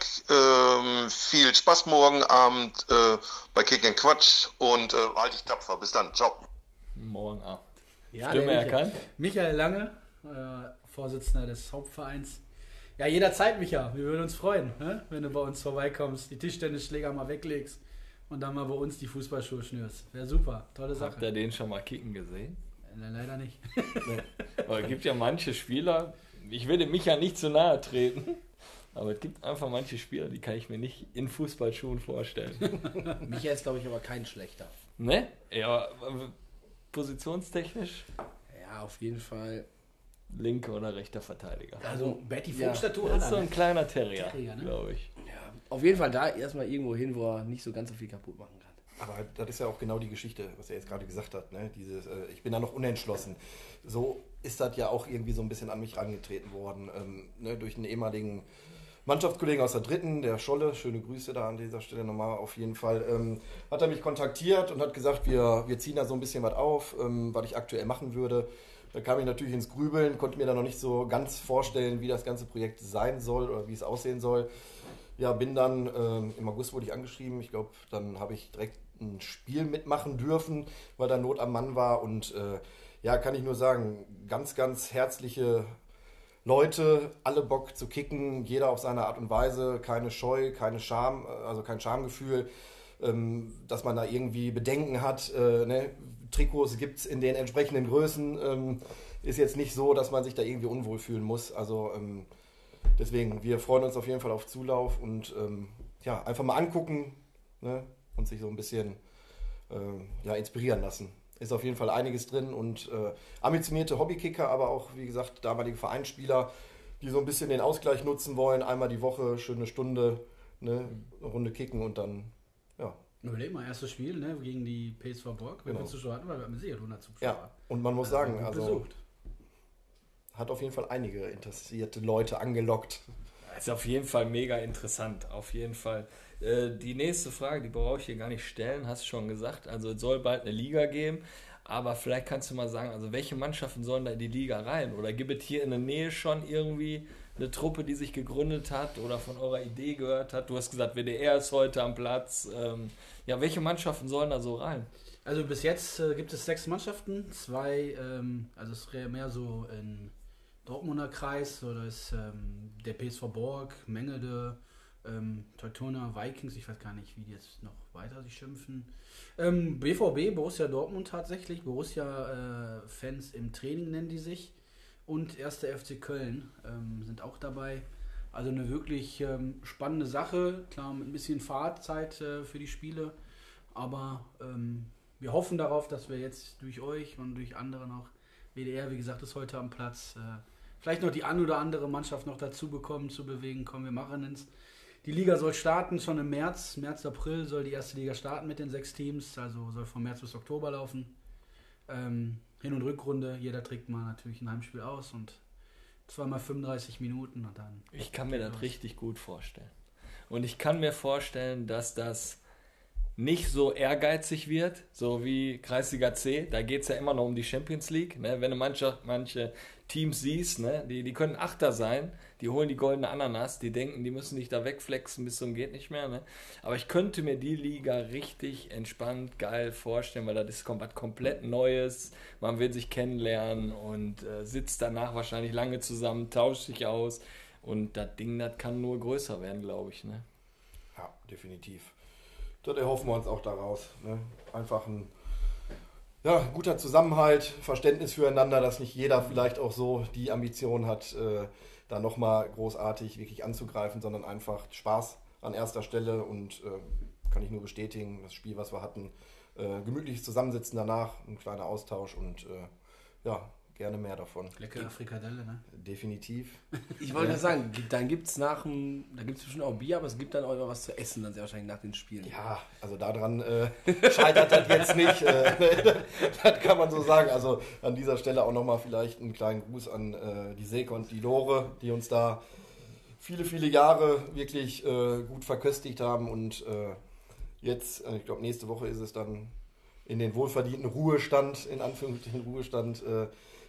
viel Spaß morgen Abend bei Kick & Quatsch und halt dich tapfer. Bis dann, ciao. Morgen Abend. Ja, Stimme der erkannt? Michael Lange, Vorsitzender des Hauptvereins. Ja, jederzeit, Micha. Wir würden uns freuen, ne? Wenn du bei uns vorbeikommst, die Tischtennisschläger mal weglegst und dann mal bei uns die Fußballschuhe schnürst. Wäre super, tolle Sache. Habt ihr den schon mal kicken gesehen? Leider nicht. Aber es gibt ja manche Spieler, ich will dem Micha nicht zu nahe treten, aber es gibt einfach manche Spieler, die kann ich mir nicht in Fußballschuhen vorstellen. Micha ist, glaube ich, aber kein schlechter. Ne? Ja, positionstechnisch Ja, auf jeden Fall. linker oder rechter Verteidiger. Also Betty Ja, Vogt-Statue Das ist hat so er. ein kleiner Terrier, Terrier, ne? glaube ich. Ja, auf jeden Fall da erstmal irgendwo hin, wo er nicht so ganz so viel kaputt machen kann. Aber das ist ja auch genau die Geschichte, was er jetzt gerade gesagt hat. Ne? Dieses, ich bin da noch unentschlossen. So ist das ja auch irgendwie so ein bisschen an mich herangetreten worden. Ne? Durch einen ehemaligen Mannschaftskollegen aus der Dritten, der Scholle, schöne Grüße da an dieser Stelle nochmal auf jeden Fall, hat er mich kontaktiert und hat gesagt, wir ziehen da so ein bisschen was auf, was ich aktuell machen würde. Da kam ich natürlich ins Grübeln, konnte mir da noch nicht so ganz vorstellen, wie das ganze Projekt sein soll oder wie es aussehen soll. Ja, bin dann, im August wurde ich angeschrieben, ich glaube, dann habe ich direkt ein Spiel mitmachen dürfen, weil da Not am Mann war und ja, kann ich nur sagen, ganz, ganz herzliche Leute, alle Bock zu kicken, jeder auf seine Art und Weise, keine Scheu, keine Scham, also kein Schamgefühl, dass man da irgendwie Bedenken hat, ne? Trikots gibt es in den entsprechenden Größen, ist jetzt nicht so, dass man sich da irgendwie unwohl fühlen muss, also deswegen, wir freuen uns auf jeden Fall auf Zulauf und ja, einfach mal angucken, ne? Und sich so ein bisschen ja, inspirieren lassen. Ist auf jeden Fall einiges drin und ambitionierte Hobbykicker, aber auch, wie gesagt, damalige Vereinsspieler, die so ein bisschen den Ausgleich nutzen wollen. Einmal die Woche, schöne Stunde, ne? Eine Runde kicken und dann, ja. Überleg mal, erstes Spiel, ne, gegen die PSV Borg. Wer Genau. willst du schon hatten? Weil wir haben sicher 100 Zuschauer. Ja, und man muss sagen, gut also besucht. hat auf jeden Fall einige interessierte Leute angelockt. Ist auf jeden Fall mega interessant, auf jeden Fall. Die nächste Frage, die brauche ich hier gar nicht stellen, hast du schon gesagt. Also es soll bald eine Liga geben, aber vielleicht kannst du mal sagen, also welche Mannschaften sollen da in die Liga rein? Oder gibt es hier in der Nähe schon irgendwie eine Truppe, die sich gegründet hat oder von eurer Idee gehört hat? Du hast gesagt, WDR ist heute am Platz. Ja, welche Mannschaften sollen da so rein? Also bis jetzt gibt es 6 Mannschaften, 2, also es ist mehr so in Dortmunder Kreis, so da ist der PSV Borg, Mengede, Teutona Vikings, ich weiß gar nicht, wie die jetzt noch weiter sich schimpfen. BVB, Borussia Dortmund tatsächlich, Borussia-Fans im Training nennen die sich. Und 1. FC Köln sind auch dabei. Also eine wirklich spannende Sache, klar mit ein bisschen Fahrzeit für die Spiele, aber wir hoffen darauf, dass wir jetzt durch euch und durch andere noch, WDR, wie gesagt, ist heute am Platz, vielleicht noch die ein oder andere Mannschaft noch dazu bekommen, zu bewegen. Komm, wir machen es. Die Liga soll starten schon im März, April soll die erste Liga starten mit den 6 Teams, also soll von März bis Oktober laufen. Hin- und Rückrunde, jeder trägt mal natürlich ein Heimspiel aus und 2 x 35 Minuten und dann... Ich kann mir das richtig gut vorstellen. Und ich kann mir vorstellen, dass das nicht so ehrgeizig wird, so wie Kreisliga C. Da geht es ja immer noch um die Champions League. Ne? Wenn du manche Teams siehst, ne? Die können Achter sein, die holen die goldene Ananas, die denken, die müssen dich da wegflexen bis zum geht nicht mehr. Ne? Aber ich könnte mir die Liga richtig entspannt, geil vorstellen, weil das ist was komplett Neues. Man will sich kennenlernen und sitzt danach wahrscheinlich lange zusammen, tauscht sich aus. Und das Ding, das kann nur größer werden, glaube ich. Ne? Ja, definitiv. Das erhoffen wir uns auch daraus. Ne? Einfach ein guter Zusammenhalt, Verständnis füreinander, dass nicht jeder vielleicht auch so die Ambition hat, da nochmal großartig wirklich anzugreifen, sondern einfach Spaß an erster Stelle und kann ich nur bestätigen, das Spiel, was wir hatten, gemütliches Zusammensitzen danach, ein kleiner Austausch und ja, gerne mehr davon. Leckere Frikadelle, ne? Definitiv. Ich wollte nur sagen, dann gibt es da gibt es bestimmt auch Bier, aber es gibt dann auch immer was zu essen, dann sehr wahrscheinlich nach den Spielen. Ja, also daran scheitert das jetzt nicht. Das kann man so sagen. Also an dieser Stelle auch nochmal vielleicht einen kleinen Gruß an die Silke und die Lore, die uns da viele, viele Jahre wirklich gut verköstigt haben. Und jetzt, ich glaube nächste Woche ist es dann in den wohlverdienten Ruhestand, in Anführungsstrichen Ruhestand,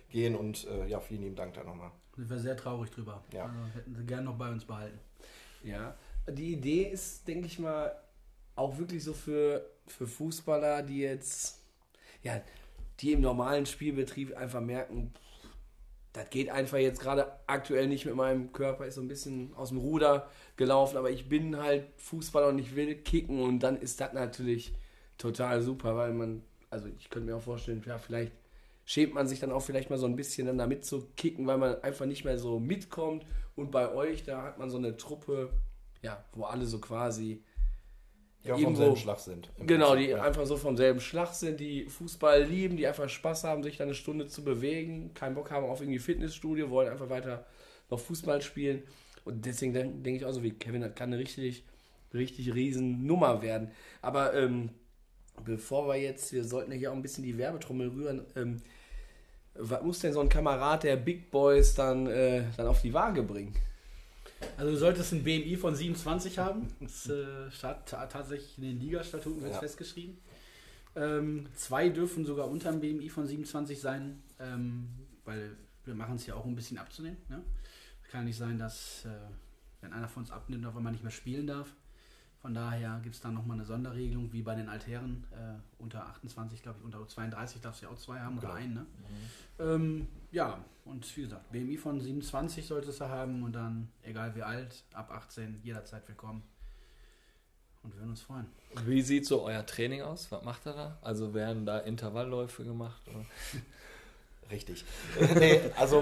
gehen und ja, vielen lieben Dank da nochmal. Sind wir sehr traurig drüber. Ja. Also hätten sie gerne noch bei uns behalten. Ja, die Idee ist, denke ich mal, auch wirklich so für Fußballer, die jetzt, ja, die im normalen Spielbetrieb einfach merken, das geht einfach jetzt gerade aktuell nicht mit meinem Körper, ist so ein bisschen aus dem Ruder gelaufen, aber ich bin halt Fußballer und ich will kicken und dann ist das natürlich total super, weil also ich könnte mir auch vorstellen, ja, vielleicht schämt man sich dann auch vielleicht mal so ein bisschen dann damit zu kicken, weil man einfach nicht mehr so mitkommt und bei euch, da hat man so eine Truppe, ja, wo alle so quasi Die auch vom selben Schlag sind. Genau, Prinzip, die einfach so vom selben Schlag sind, die Fußball lieben, die einfach Spaß haben, sich da eine Stunde zu bewegen, keinen Bock haben auf irgendwie Fitnessstudio, wollen einfach weiter noch Fußball spielen. Und deswegen denke ich auch so wie Kevin, das kann eine richtig riesen Nummer werden. Aber bevor wir sollten ja hier auch ein bisschen die Werbetrommel rühren, was muss denn so ein Kamerad der Big Boys dann auf die Waage bringen? Also du solltest ein BMI von 27 haben. Das steht tatsächlich in den Ligastatuten festgeschrieben. 2 dürfen sogar unter dem BMI von 27 sein, weil wir machen es ja auch, um ein bisschen abzunehmen. Ne? Kann nicht sein, dass wenn einer von uns abnimmt, auf einmal nicht mehr spielen darf. Von daher gibt es dann nochmal eine Sonderregelung, wie bei den Altherren. Unter 28, glaube ich, unter 32 darfst du ja auch 2 haben oder einen. Ne? Ja, und wie gesagt, BMI von 27 solltest du haben und dann, egal wie alt, ab 18, jederzeit willkommen. Und wir würden uns freuen. Wie sieht so euer Training aus? Was macht ihr da? Also werden da Intervallläufe gemacht? Oder? Richtig. Nee, also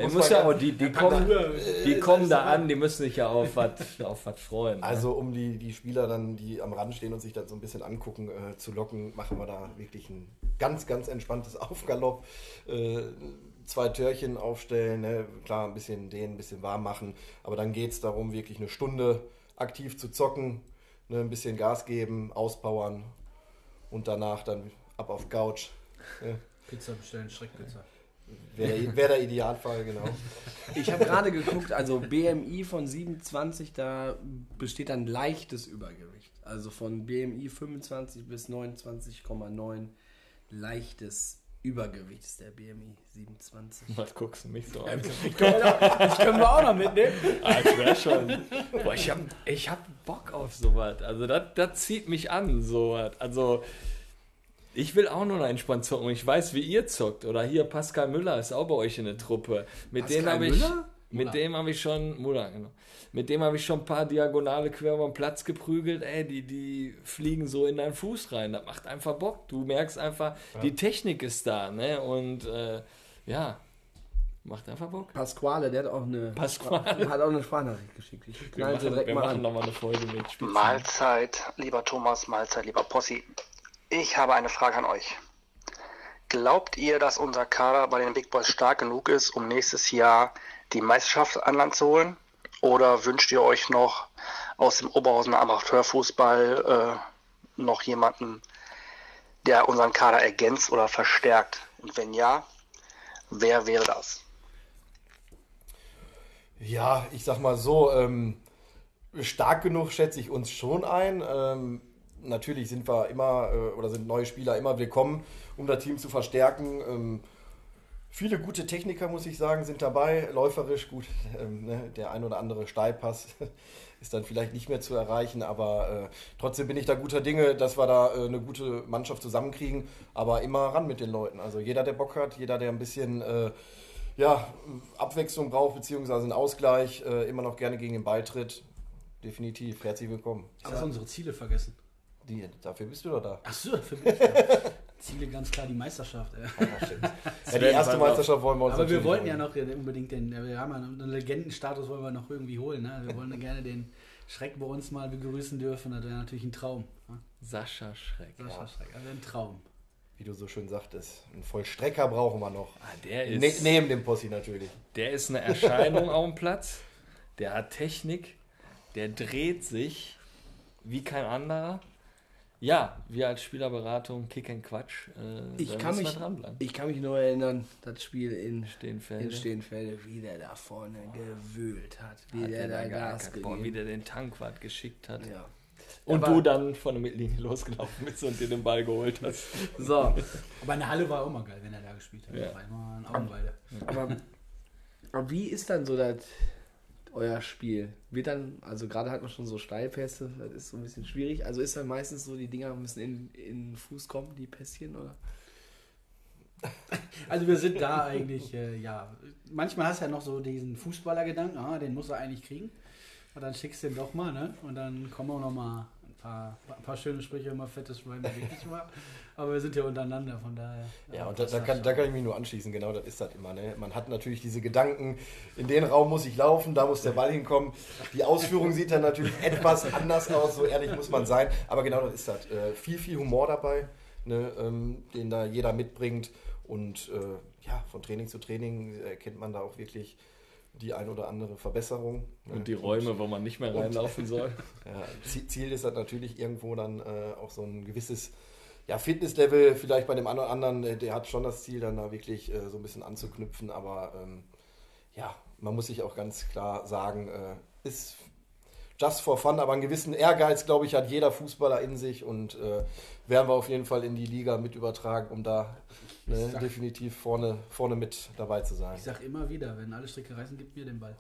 die kommen da an, die müssen sich ja auf was freuen. Ne? Also um die Spieler dann, die am Rand stehen und sich dann so ein bisschen angucken, zu locken, machen wir da wirklich ein ganz, ganz entspanntes Aufgalopp. 2 Törchen aufstellen, ne? Klar, ein bisschen dehnen, ein bisschen warm machen, aber dann geht es darum, wirklich eine Stunde aktiv zu zocken, ne? Ein bisschen Gas geben, auspowern und danach dann ab auf Couch. Ne? Pizza bestellen, Schreckpizza. Wäre der Idealfall, genau. Ich habe gerade geguckt, also BMI von 27, da besteht dann leichtes Übergewicht. Also von BMI 25 bis 29,9 leichtes Übergewicht ist der BMI 27. Was guckst du mich so an? Ich können wir auch noch mitnehmen. Das wäre schon. Boah, ich hab Bock auf sowas. Also das zieht mich an, sowas. Also ich will auch nur entspannt zocken. Ich weiß, wie ihr zockt. Oder hier Pascal Müller ist auch bei euch in der Truppe. Mit dem habe ich schon ein paar Diagonale quer über den Platz geprügelt. Ey, die fliegen so in deinen Fuß rein. Das macht einfach Bock. Du merkst einfach, die Technik ist da. Ne? Und macht einfach Bock. Pasquale, der hat auch eine Sprachnachricht geschickt. Wir machen nochmal eine Folge mit Spitzen. Mahlzeit, lieber Thomas, Mahlzeit, lieber Possi. Ich habe eine Frage an euch. Glaubt ihr, dass unser Kader bei den Big Boys stark genug ist, um nächstes Jahr die Meisterschaft an Land zu holen? Oder wünscht ihr euch noch aus dem Oberhausener Amateurfußball noch jemanden, der unseren Kader ergänzt oder verstärkt? Und wenn ja, wer wäre das? Ja, ich sag mal so, stark genug schätze ich uns schon ein. Natürlich sind wir immer, oder sind neue Spieler immer willkommen, um das Team zu verstärken. Viele gute Techniker, muss ich sagen, sind dabei. Läuferisch gut, der ein oder andere Steilpass ist dann vielleicht nicht mehr zu erreichen, aber trotzdem bin ich da guter Dinge, dass wir da eine gute Mannschaft zusammenkriegen, aber immer ran mit den Leuten. Also jeder, der Bock hat, jeder, der ein bisschen Abwechslung braucht, beziehungsweise einen Ausgleich, immer noch gerne gegen den Beitritt, definitiv herzlich willkommen. Du hast unsere Ziele vergessen. Dafür bist du doch da. Achso, dafür bin ich da. Ziele ganz klar die Meisterschaft. Ja, die erste Meisterschaft wollen wir uns. Aber wir wollten ja noch unbedingt wir haben ja einen Legendenstatus, wollen wir noch irgendwie holen. Ne? Wir wollen gerne den Schreck bei uns mal begrüßen dürfen. Das wäre natürlich ein Traum. Ne? Sascha Schreck. Also ein Traum. Wie du so schön sagtest, einen Vollstrecker brauchen wir noch. Der ist, neben dem Possi natürlich. Der ist eine Erscheinung auf dem Platz. Der hat Technik. Der dreht sich wie kein anderer. Ja, wir als Spielerberatung, Kick and Quatsch, ich kann mich nur erinnern, das Spiel in Stehenfelde, wie der da vorne gewühlt hat, wie der da Gas gegeben hat. Wie der den Tankwart geschickt hat. Ja. Und Aber- du dann von der Mittellinie losgelaufen bist und dir den Ball geholt hast. So, Aber in der Halle war auch immer geil, wenn er da gespielt hat. Ja. Das war immer ein Augenweide. aber wie ist dann so euer Spiel? Wird dann, also gerade hat man schon so Steilpässe, das ist so ein bisschen schwierig. Also ist dann meistens so, die Dinger müssen in den Fuß kommen, die Pässchen, oder? Also wir sind da eigentlich, ja. Manchmal hast du ja noch so diesen Fußballergedanken, den muss er eigentlich kriegen. Und dann schickst du den doch mal, ne? Und dann kommen auch noch mal ein paar schöne Sprüche, immer fettes Schwein, wirklich war. Aber wir sind ja untereinander, von daher. Ja, und passt da das kann schon. ich mich nur anschließen, genau, das ist das immer. Ne? Man hat natürlich diese Gedanken, in den Raum muss ich laufen, da muss der Ball hinkommen. Die Ausführung sieht dann natürlich etwas anders aus, so ehrlich muss man sein. Aber genau das ist das. Viel Humor dabei, ne? Den da jeder mitbringt. Und ja, von Training zu Training erkennt man da auch wirklich die ein oder andere Verbesserung. Ne? Und die Räume, wo man nicht mehr reinlaufen soll. Ja, Ziel ist das natürlich irgendwo dann auch so ein gewisses Fitnesslevel, vielleicht bei dem einen oder anderen, der hat schon das Ziel, dann da wirklich so ein bisschen anzuknüpfen, aber man muss sich auch ganz klar sagen, ist just for fun, aber einen gewissen Ehrgeiz, glaube ich, hat jeder Fußballer in sich und werden wir auf jeden Fall in die Liga mit übertragen, um da definitiv vorne mit dabei zu sein. Ich sag immer wieder, wenn alle Stricke reißen, gib mir den Ball.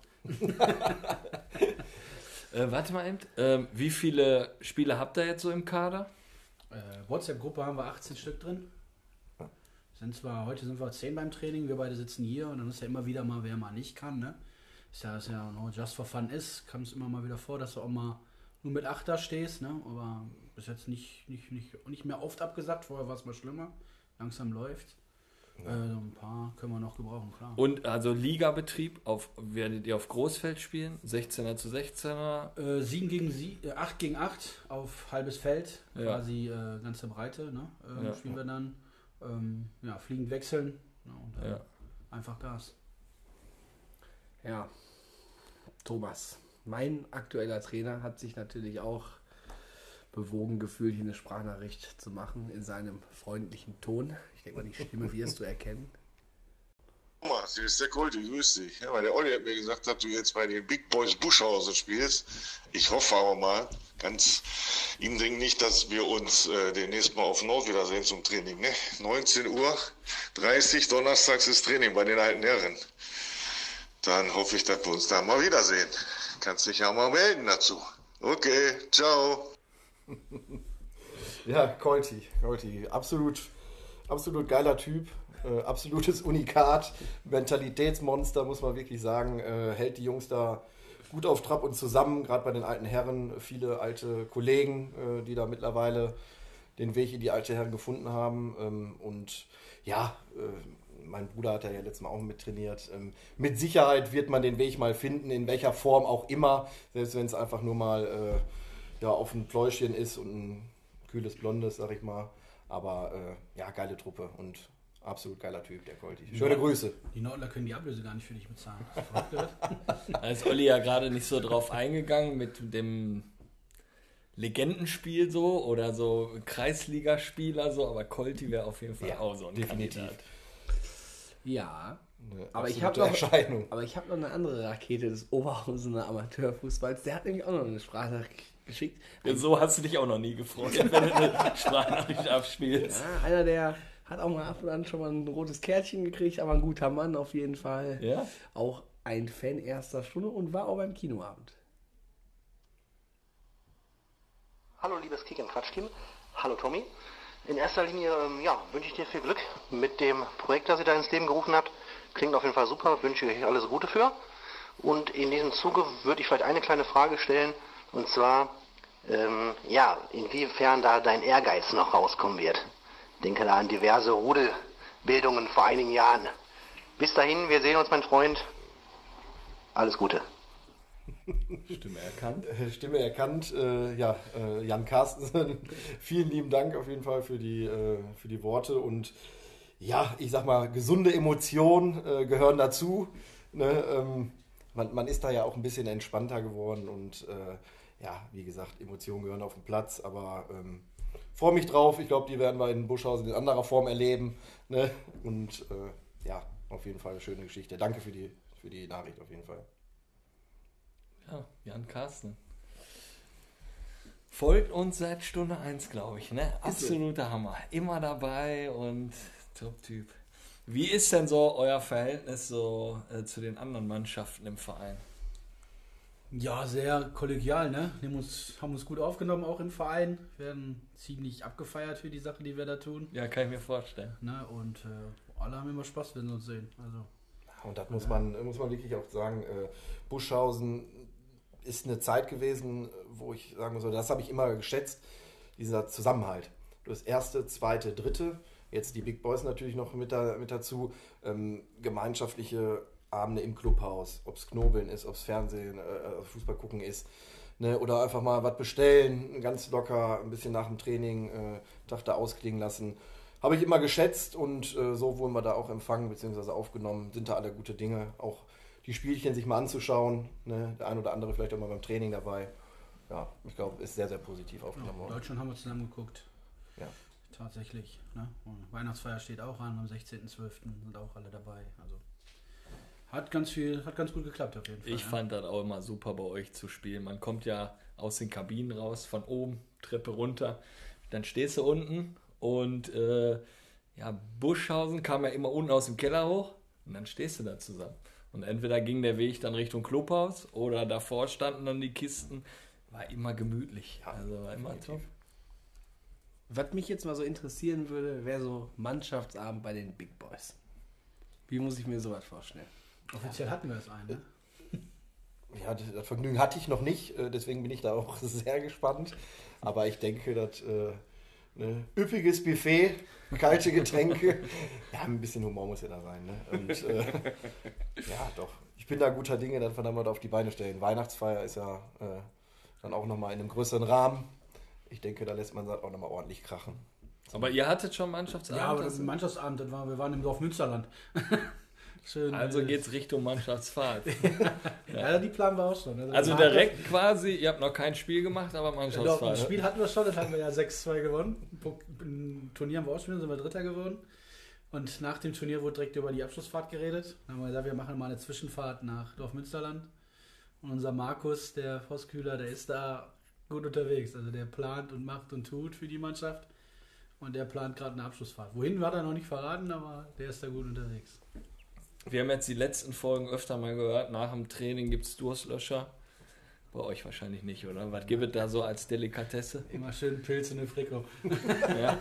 Warte mal eben. Wie viele Spieler habt ihr jetzt so im Kader? WhatsApp-Gruppe haben wir 18 Stück drin. Heute sind wir 10 beim Training, wir beide sitzen hier und dann ist ja immer wieder mal, wer mal nicht kann, ne? Ist ja no just for fun ist, kam es immer mal wieder vor, dass du auch mal nur mit 8 da stehst, ne? Aber bis jetzt nicht mehr oft abgesagt, vorher war es mal schlimmer. Langsam läuft. So ein paar können wir noch gebrauchen, klar. Und also Ligabetrieb, werdet ihr auf Großfeld spielen? 16er zu 16er? 8 gegen 8 auf halbes Feld, Ja. quasi ganze Breite, ne? Spielen wir dann. Fliegend wechseln. Ja, und dann einfach Gas. Ja, Thomas, mein aktueller Trainer hat sich natürlich auch bewogen gefühlt, hier eine Sprachnachricht zu machen in seinem freundlichen Ton. Ich denke mal, die Stimme wirst du erkennen. Thomas, hier ist der Kolti, grüß dich. Ja, weil der Olli hat mir gesagt, dass du jetzt bei den Big Boys Buschhausen spielst. Ich hoffe aber mal ganz eindringlich, dass wir uns demnächst mal auf Nord wiedersehen zum Training. Ne? 19:30 Uhr, donnerstags ist Training bei den alten Herren. Dann hoffe ich, dass wir uns da mal wiedersehen. Kannst dich ja mal melden dazu. Okay, ciao. Ja, Kolti, absolut geiler Typ, absolutes Unikat, Mentalitätsmonster, muss man wirklich sagen, hält die Jungs da gut auf Trab und zusammen, gerade bei den alten Herren, viele alte Kollegen, die da mittlerweile den Weg in die alte Herren gefunden haben und mein Bruder hat ja letztes Mal auch mit trainiert. Mit Sicherheit wird man den Weg mal finden, in welcher Form auch immer, selbst wenn es einfach nur mal auf ein Pläuschchen ist und ein kühles Blondes, sag ich mal. Aber geile Truppe und absolut geiler Typ, der Kolti. Schöne Grüße. Die Nordler können die Ablöse gar nicht für dich bezahlen. Hast du verrückt gehört? Da ist Olli ja gerade nicht so drauf eingegangen mit dem Legendenspiel so oder so Kreisligaspieler so, aber Kolti wäre auf jeden Fall auch so ein definitiv. Kandidat. Ja, Eine aber ich absolute habe Erscheinung. noch eine andere Rakete des Oberhausener Amateurfußballs. Der hat nämlich auch noch eine Sprachnachricht geschickt. Ja, so hast du dich auch noch nie gefreut, wenn du eine Sprachnachricht abspielst. Ja, einer, der hat auch mal ab und an schon mal ein rotes Kärtchen gekriegt, aber ein guter Mann auf jeden Fall. Ja? Auch ein Fan erster Stunde und war auch beim Kinoabend. Hallo liebes Kick- und Quatsch-Team. Hallo Tommy. In erster Linie wünsche ich dir viel Glück mit dem Projekt, das ihr da ins Leben gerufen habt. Klingt auf jeden Fall super, wünsche ich euch alles Gute für. Und in diesem Zuge würde ich vielleicht eine kleine Frage stellen, und zwar, inwiefern da dein Ehrgeiz noch rauskommen wird. Ich denke da an diverse Rudelbildungen vor einigen Jahren. Bis dahin, wir sehen uns, mein Freund. Alles Gute. Stimme erkannt. Jan Carstensen, vielen lieben Dank auf jeden Fall für die Worte und ja, ich sag mal, gesunde Emotionen gehören dazu. Ne? Man ist da ja auch ein bisschen entspannter geworden und wie gesagt, Emotionen gehören auf den Platz, aber freue mich drauf. Ich glaube, die werden wir in Buschhausen in anderer Form erleben. Ne? Und auf jeden Fall eine schöne Geschichte. Danke für die Nachricht auf jeden Fall. Ja, Jan Carsten. Folgt uns seit Stunde 1, glaube ich, ne? Absoluter Hammer. Immer dabei und Top-Typ. Wie ist denn so euer Verhältnis so zu den anderen Mannschaften im Verein? Ja, sehr kollegial, ne? Haben uns gut aufgenommen, auch im Verein. Werden ziemlich abgefeiert für die Sache, die wir da tun. Ja, kann ich mir vorstellen. Ne? Und alle haben immer Spaß, wenn sie uns sehen. Also. Und das muss man wirklich auch sagen, Buschhausen ist eine Zeit gewesen, wo ich sagen muss, das habe ich immer geschätzt, dieser Zusammenhalt. Du hast erste, zweite, dritte, jetzt die Big Boys natürlich noch mit dazu, gemeinschaftliche Abende im Clubhaus, ob es Knobeln ist, ob es Fernsehen, Fußball gucken ist, ne? Oder einfach mal was bestellen, ganz locker, ein bisschen nach dem Training, Tag da ausklingen lassen. Habe ich immer geschätzt und so wurden wir da auch empfangen bzw. aufgenommen, sind da alle gute Dinge, auch die Spielchen sich mal anzuschauen, ne? Der ein oder andere vielleicht auch mal beim Training dabei. Ja, ich glaube, ist sehr, sehr positiv aufgenommen worden. Deutschland haben wir zusammen geguckt. Ja. Tatsächlich. Ne? Und Weihnachtsfeier steht auch an, am 16.12. sind auch alle dabei. Also hat ganz gut geklappt auf jeden Fall. Ich fand das auch immer super bei euch zu spielen. Man kommt ja aus den Kabinen raus, von oben, Treppe runter. Dann stehst du unten und Buschhausen kam ja immer unten aus dem Keller hoch und dann stehst du da zusammen. Und entweder ging der Weg dann Richtung Clubhaus oder davor standen dann die Kisten. War immer gemütlich. Also war immer top. Was mich jetzt mal so interessieren würde, wäre so Mannschaftsabend bei den Big Boys. Wie muss ich mir sowas vorstellen? Offiziell hatten wir es ne? Ja, das Vergnügen hatte ich noch nicht, deswegen bin ich da auch sehr gespannt. Aber ich denke, dass üppiges Buffet, kalte Getränke, ja, ein bisschen Humor muss ja da sein. Ne? Und ja, doch, ich bin da guter Dinge, dass wir dann mal auf die Beine stellen. Weihnachtsfeier ist ja dann auch nochmal in einem größeren Rahmen. Ich denke, da lässt man es auch nochmal ordentlich krachen. Aber ihr hattet schon Mannschaftsabend? Ja, aber das Mannschaftsabend, wir waren im Dorf Münsterland. Schön, also geht's Richtung Mannschaftsfahrt. Ja, die planen wir auch schon. Also direkt quasi, ihr habt noch kein Spiel gemacht, aber Mannschaftsfahrt. Ein Spiel hatten wir schon, das haben wir ja 6-2 gewonnen. Ein Turnier haben wir auch schon, sind wir Dritter geworden. Und nach dem Turnier wurde direkt über die Abschlussfahrt geredet. Dann haben wir gesagt, wir machen mal eine Zwischenfahrt nach Dorf Münsterland. Und unser Markus, der Vosskühler, der ist da gut unterwegs. Also der plant und macht und tut für die Mannschaft. Und der plant gerade eine Abschlussfahrt. Wohin hat er noch nicht verraten, aber der ist da gut unterwegs. Wir haben jetzt die letzten Folgen öfter mal gehört, nach dem Training gibt es Durstlöscher. Bei euch wahrscheinlich nicht, oder? Was gibt es da so als Delikatesse? Immer schön Pilz in den Frikot. Ja.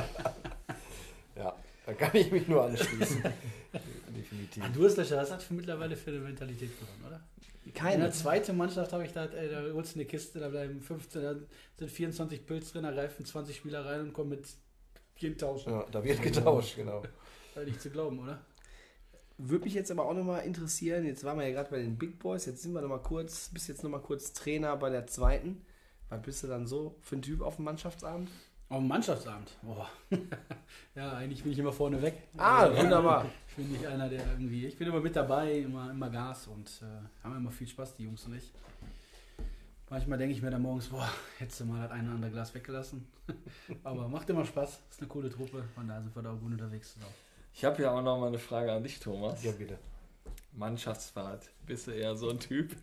Ja, da kann ich mich nur anschließen. Definitiv. Durstlöscher, was hat für mittlerweile für eine Mentalität gewonnen, oder? In der zweiten Mannschaft habe ich da holst du eine Kiste, da bleiben 15, da sind 24 Pilz drin, da greifen 20 Spieler rein und kommen mit jeden tauschen. Ja, da wird getauscht, genau. Nicht zu glauben, oder? Würde mich jetzt aber auch nochmal interessieren, jetzt waren wir ja gerade bei den Big Boys, jetzt sind wir bist jetzt nochmal kurz Trainer bei der zweiten. Was bist du dann so für ein Typ auf dem Mannschaftsabend? Auf dem Mannschaftsabend? Boah. Ja, eigentlich bin ich immer vorne weg. Wunderbar. Ich bin nicht einer, der irgendwie, ich bin immer mit dabei, immer Gas und haben immer viel Spaß, die Jungs und ich. Manchmal denke ich mir dann morgens, boah, hättest du mal das eine oder andere Glas weggelassen. Aber macht immer Spaß, ist eine coole Truppe, von da sind wir da auch gut unterwegs zusammen. Ich habe ja auch noch mal eine Frage an dich, Thomas. Ja, bitte. Mannschaftsfahrt. Bist du eher so ein Typ,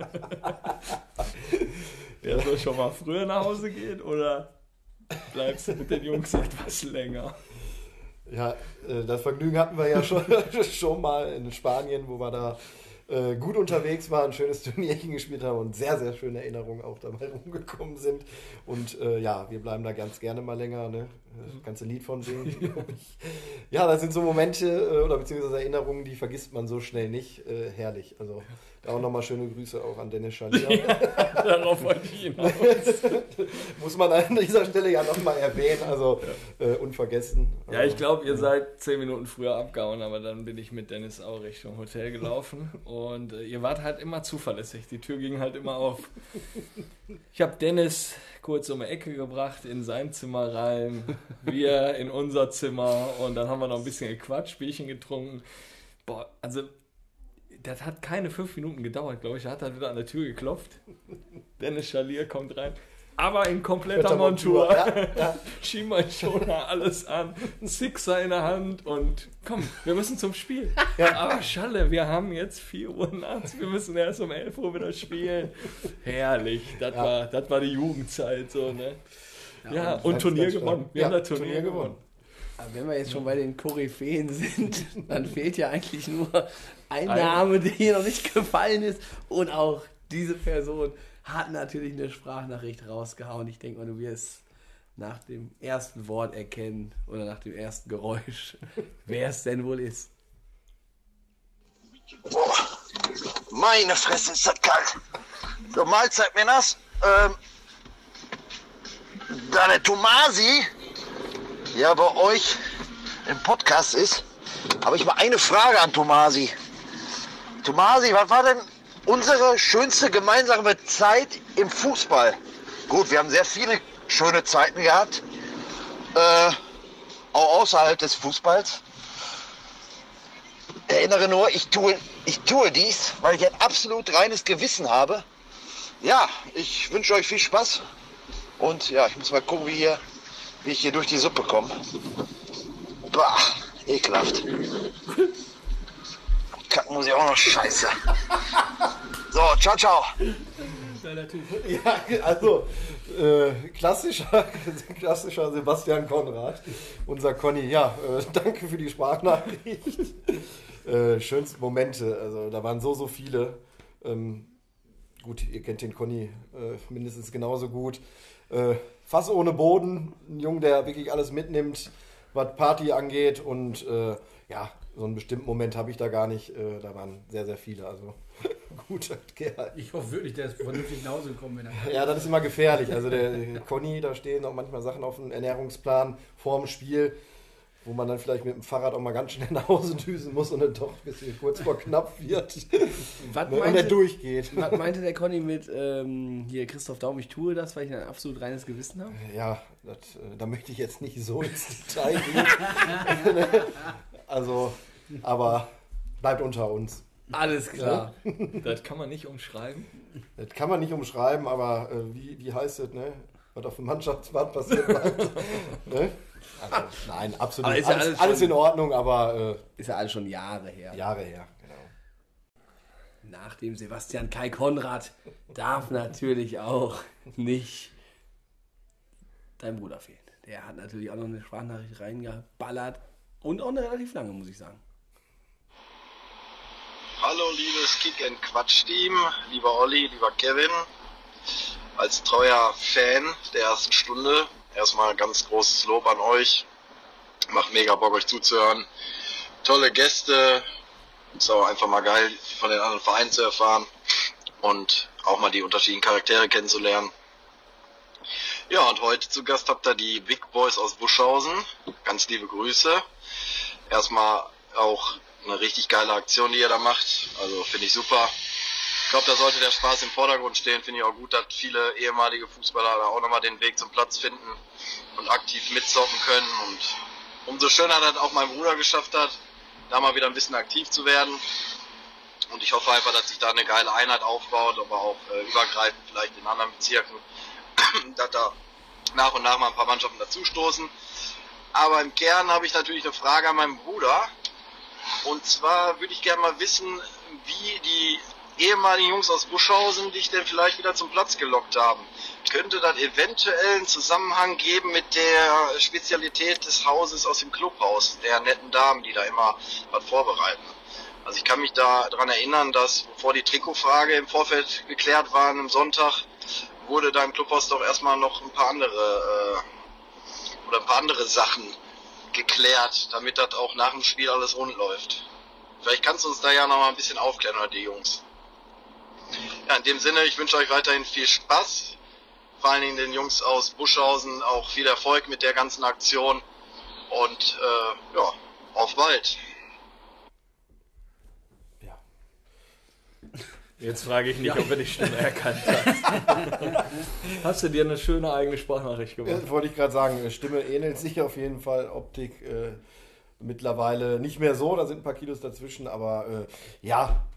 der so schon mal früher nach Hause geht oder bleibst du mit den Jungs etwas länger? Ja, das Vergnügen hatten wir ja schon mal in Spanien, wo wir da gut unterwegs waren, ein schönes Turnierchen gespielt haben und sehr, sehr schöne Erinnerungen auch dabei rumgekommen sind. Und ja, wir bleiben da ganz gerne mal länger, ne? Das ganze Lied von singen, glaube ich. Ja, das sind so Momente oder beziehungsweise Erinnerungen, die vergisst man so schnell nicht. Herrlich. Also da auch nochmal schöne Grüße auch an Dennis Schalier. Darauf wollte ich hinaus. Muss man an dieser Stelle ja nochmal erwähnen, also unvergessen. Ja, ich glaube, ihr seid 10 Minuten früher abgehauen, aber dann bin ich mit Dennis auch Richtung Hotel gelaufen und ihr wart halt immer zuverlässig, die Tür ging halt immer auf. Ich habe Dennis kurz um die Ecke gebracht, in sein Zimmer rein, wir in unser Zimmer und dann haben wir noch ein bisschen gequatscht, Bierchen getrunken. Boah, also das hat keine 5 Minuten gedauert, glaube ich. Er hat dann wieder an der Tür geklopft. Dennis Schalier kommt rein. aber in kompletter Montur. Ja. Schienbeinschoner, alles an, ein Sixer in der Hand und komm, wir müssen zum Spiel. Aber Schalle, wir haben jetzt 4 Uhr nachts, wir müssen erst um 11 Uhr wieder spielen. Herrlich, das war die Jugendzeit so, ne? Ja, und Turnier gewonnen. Wir haben das Turnier gewonnen. Aber wenn wir jetzt schon bei den Koryphäen sind, dann fehlt ja eigentlich nur ein Name, der hier noch nicht gefallen ist. Und auch diese Person hat natürlich eine Sprachnachricht rausgehauen. Ich denke mal, du wirst nach dem ersten Wort erkennen oder nach dem ersten Geräusch, wer es denn wohl ist. Boah, meine Fresse ist das kalt. So, Mahlzeit, Männers. Da der Tomasi ja bei euch im Podcast ist, habe ich mal eine Frage an Tomasi. Tomasi, was war denn unsere schönste gemeinsame Zeit im Fußball? Gut, wir haben sehr viele schöne Zeiten gehabt, auch außerhalb des Fußballs. Erinnere nur, ich tue dies, weil ich ein absolut reines Gewissen habe. Ja, ich wünsche euch viel Spaß und ja, ich muss mal gucken, wie ich hier durch die Suppe komme. Bah, ekelhaft. Kacken muss ich auch noch, scheiße. So, ciao, ciao. Ja, also klassischer Sebastian Konrad, unser Conny. Ja, danke für die Sprachnachricht. Schönste Momente, also da waren so viele. Gut, ihr kennt den Conny mindestens genauso gut. Fass ohne Boden, ein Junge, der wirklich alles mitnimmt, was Party angeht und ja, so einen bestimmten Moment habe ich da gar nicht. Da waren sehr, sehr viele, also guter Kerl. Ich hoffe wirklich, der ist vernünftig nach Hause gekommen. Wenn er Ja, das ist immer gefährlich. Also der Conny, da stehen auch manchmal Sachen auf dem Ernährungsplan vorm Spiel, wo man dann vielleicht mit dem Fahrrad auch mal ganz schnell nach Hause düsen muss und dann doch ein bisschen kurz vor knapp wird und er durchgeht. Was meinte der Conny mit hier Christoph Daum, ich tue das, weil ich ein absolut reines Gewissen habe? Ja, da möchte ich jetzt nicht so ins Detail gehen. Also, aber bleibt unter uns. Alles klar. Das kann man nicht umschreiben. Das kann man nicht umschreiben, aber wie heißt es, ne? Was auf dem Mannschaftsbad passiert bleibt. Ne? Also, nein, absolut. Aber ist ja alles in Ordnung, aber ist ja alles schon Jahre her. Jahre her, genau. Nach dem Sebastian Kai Konrad darf natürlich auch nicht dein Bruder fehlen. Der hat natürlich auch noch eine Sprachnachricht reingeballert und auch eine relativ lange, muss ich sagen. Hallo liebes Kick-and-Quatsch-Team, lieber Olli, lieber Kevin. Als treuer Fan der ersten Stunde erstmal ganz großes Lob an euch. Macht mega Bock, euch zuzuhören. Tolle Gäste. Ist auch einfach mal geil, von den anderen Vereinen zu erfahren und auch mal die unterschiedlichen Charaktere kennenzulernen. Ja, und heute zu Gast habt ihr die Big Boys aus Buschhausen. Ganz liebe Grüße. Erstmal auch eine richtig geile Aktion, die ihr da macht. Also finde ich super. Ich glaube, da sollte der Spaß im Vordergrund stehen. Finde ich auch gut, dass viele ehemalige Fußballer da auch nochmal den Weg zum Platz finden und aktiv mitzocken können. Und umso schöner, dass auch mein Bruder geschafft hat, da mal wieder ein bisschen aktiv zu werden. Und ich hoffe einfach, dass sich da eine geile Einheit aufbaut, aber auch übergreifend vielleicht in anderen Bezirken, dass da nach und nach mal ein paar Mannschaften dazustoßen. Aber im Kern habe ich natürlich eine Frage an meinen Bruder. Und zwar würde ich gerne mal wissen, wie die ehemaligen Jungs aus Buschhausen dich denn vielleicht wieder zum Platz gelockt haben. Könnte das eventuell einen Zusammenhang geben mit der Spezialität des Hauses aus dem Clubhaus, der netten Damen, die da immer was vorbereiten? Also ich kann mich da daran erinnern, dass bevor die Trikotfrage im Vorfeld geklärt war am Sonntag, wurde da im Clubhaus doch erstmal noch ein paar andere Sachen geklärt, damit das auch nach dem Spiel alles rund läuft. Vielleicht kannst du uns da ja noch mal ein bisschen aufklären, oder die Jungs. Ja, in dem Sinne, ich wünsche euch weiterhin viel Spaß. Vor allen Dingen den Jungs aus Buschhausen auch viel Erfolg mit der ganzen Aktion. Und ja, auf bald. Ja. Jetzt frage ich nicht, ob er die Stimme erkannt hat. Hast du dir eine schöne eigene Sprachnachricht gemacht? Das wollte ich gerade sagen. Stimme ähnelt sich auf jeden Fall. Optik mittlerweile nicht mehr so. Da sind ein paar Kilos dazwischen. Aber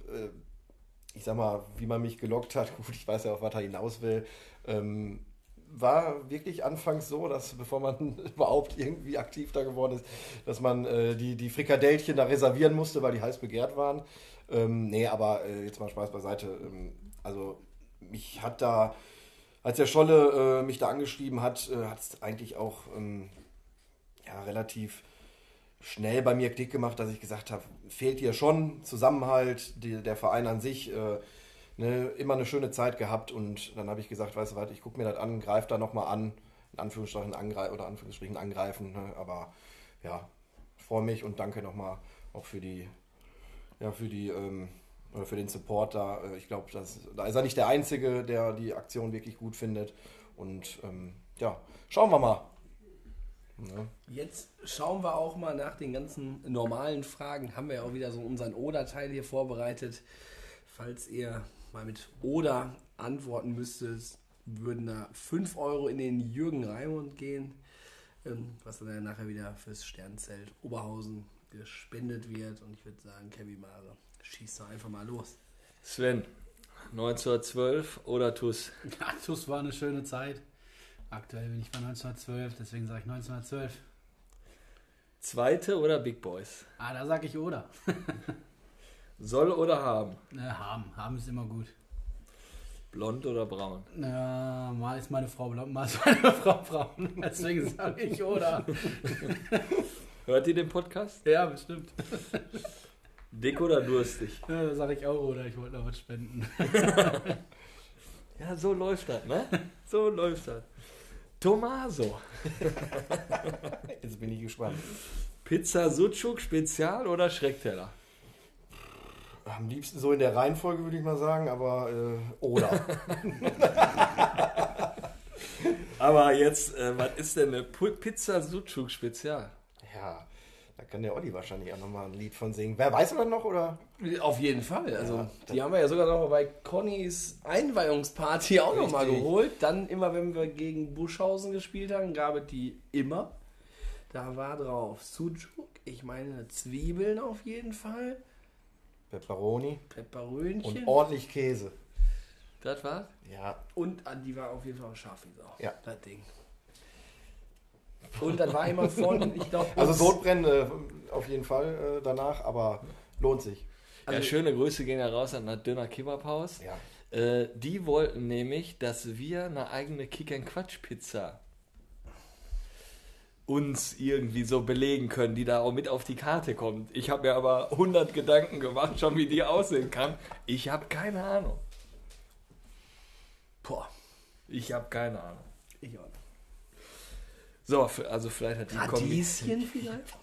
ich sag mal, wie man mich gelockt hat. Gut, ich weiß ja, auf was er hinaus will. war wirklich anfangs so, dass bevor man überhaupt irgendwie aktiv da geworden ist, dass man die Frikadellchen da reservieren musste, weil die heiß begehrt waren. Nee, aber jetzt mal Spaß beiseite. Also mich hat da, als der Scholle mich da angeschrieben hat es eigentlich auch relativ schnell bei mir Klick gemacht, dass ich gesagt habe, fehlt hier schon Zusammenhalt, der Verein an sich, immer eine schöne Zeit gehabt und dann habe ich gesagt, weißt du was, ich gucke mir das an, greife da nochmal an, in Anführungsstrichen angreifen, ne? Aber ja, freue mich und danke nochmal auch für den Support da. Ich glaube, da ist er nicht der Einzige, der die Aktion wirklich gut findet und schauen wir mal. Ja. Jetzt schauen wir auch mal nach den ganzen normalen Fragen. Haben wir ja auch wieder so unseren Oder-Teil hier vorbereitet. Falls ihr mal mit Oder antworten müsstet, würden da 5 € in den Jürgen Raimund gehen, was dann ja nachher wieder fürs Sternzelt Oberhausen gespendet wird. Und ich würde sagen, Kevin Mare, schieß doch einfach mal los. Sven, 1912 oder TuS? Ja, TuS war eine schöne Zeit. Aktuell bin ich bei 1912, deswegen sage ich 1912. Zweite oder Big Boys? Da sage ich Oder. Soll oder haben? Haben. Haben ist immer gut. Blond oder braun? Mal ist meine Frau blond, mal ist meine Frau braun. Deswegen sage ich Oder. Hört ihr den Podcast? Ja, bestimmt. Dick oder durstig? Ja, da sage ich auch Oder, ich wollte noch was spenden. Ja, so läuft das, ne? So läuft das. Tommaso. Jetzt bin ich gespannt. Pizza Sucuk Spezial oder Schreckteller? Am liebsten so in der Reihenfolge, würde ich mal sagen, aber oder. Aber jetzt, was ist denn eine Pizza Sucuk Spezial? Ja, da kann der Olli wahrscheinlich auch nochmal ein Lied von singen. Wer weiß das noch, oder? Auf jeden Fall. Also, Ja, die haben wir ja sogar noch bei Connys Einweihungsparty auch nochmal Richtig. geholt. Dann immer, wenn wir gegen Buschhausen gespielt haben, gab es die immer. Da war drauf Sucuk, ich meine Zwiebeln auf jeden Fall, Pepperoni Peperönchen und ordentlich Käse. Das war's? Ja, und die war auf jeden Fall auch scharf wie Sau. Ja. Das Ding. Und dann war immer von, ich glaube... also Sodbrennen auf jeden Fall danach, aber lohnt sich. Ja, schöne Grüße gehen ja raus an das Döner Kebabhaus. Ja. Die wollten nämlich, dass wir eine eigene Kick-and-Quatsch-Pizza uns irgendwie so belegen können, die da auch mit auf die Karte kommt. Ich habe mir aber 100 Gedanken gemacht, schon wie die aussehen kann. Ich habe keine Ahnung. Boah, Ich habe keine Ahnung. ich auch nicht. So, also vielleicht hat die Radieschen vielleicht?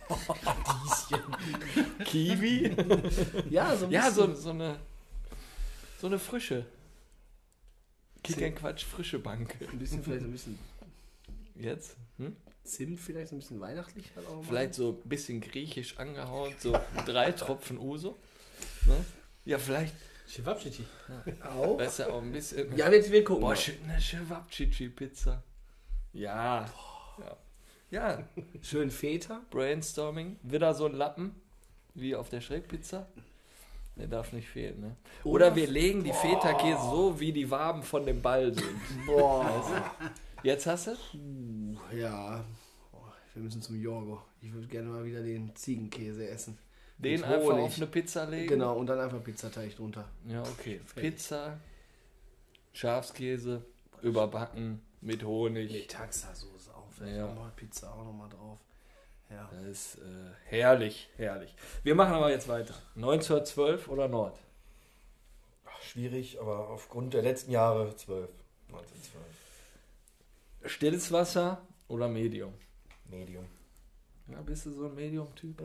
Kiwi? Ja, so ein Ja, bisschen. so eine frische. Kick-and-Quatsch, frische Bank. Ein bisschen, vielleicht so ein bisschen Jetzt? Zimt, vielleicht so ein bisschen weihnachtlich. Halt auch mal. Vielleicht so ein bisschen griechisch angehauen, so 3 Tropfen Uso. Ne? Ja, vielleicht. Chewabchichi. auch. Das ist ja auch ein bisschen. Ja, wir gucken Boah, mal. eine Chewabchichi-Pizza. Ja. Ja. Schön Feta. Brainstorming. Wieder so ein Lappen, wie auf der Schrägpizza. Der darf nicht fehlen, ne? Oder wir legen die Feta-Käse so, wie die Waben von dem Ball sind. Boah. Jetzt hast du? Ja. Boah, wir müssen zum Jorgo. Ich würde gerne mal wieder den Ziegenkäse essen. Den Mit einfach Honig. auf eine Pizza legen? Genau, und dann einfach Pizzateig drunter. Ja, okay. Fertig. Pizza, Schafskäse, überbacken mit Honig. Nee, Taxasoße auch. Vielleicht Ja. nochmal Pizza auch nochmal drauf. Ja. Das ist herrlich, herrlich. Wir machen aber jetzt weiter. 1912 oder Nord? Ach, schwierig, aber aufgrund der letzten Jahre 1912. Stilles Wasser oder Medium? Medium. Ja, bist du so ein Medium-Typ?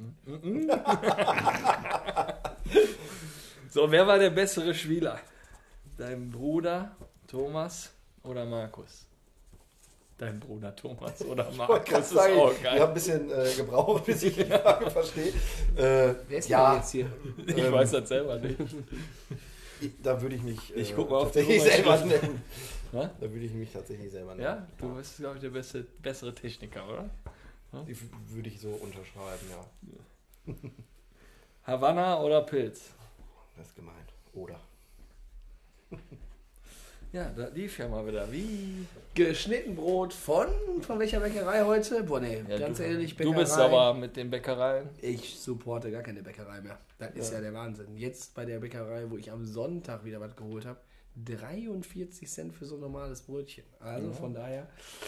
So, wer war der bessere Spieler? Dein Bruder Thomas oder Markus? Dein Bruder Thomas oder Markus ist auch Ich geil. habe ein bisschen gebraucht, bis ich die Frage verstehe. Wer ist Ja. denn jetzt hier? Ich weiß das selber nicht. Da würde ich mich Ich guck mal auf die tatsächlich Nummer. selber nennen. Ja? Da würde ich mich tatsächlich selber nennen. Ja? Du bist, glaube ich, der bessere Techniker, oder? Die würde ich so unterschreiben, ja. Havanna oder Pilz? Das ist gemein. Oder. Ja, da lief ja mal wieder. Wie? Geschnitten Brot von welcher Bäckerei heute? Boah, nee, Ja, ganz ehrlich, Du bist aber mit den Bäckereien. Ich supporte gar keine Bäckerei mehr. Das ist ja der Wahnsinn. Jetzt bei der Bäckerei, wo ich am Sonntag wieder was geholt habe, 43 Cent für so ein normales Brötchen. Also von daher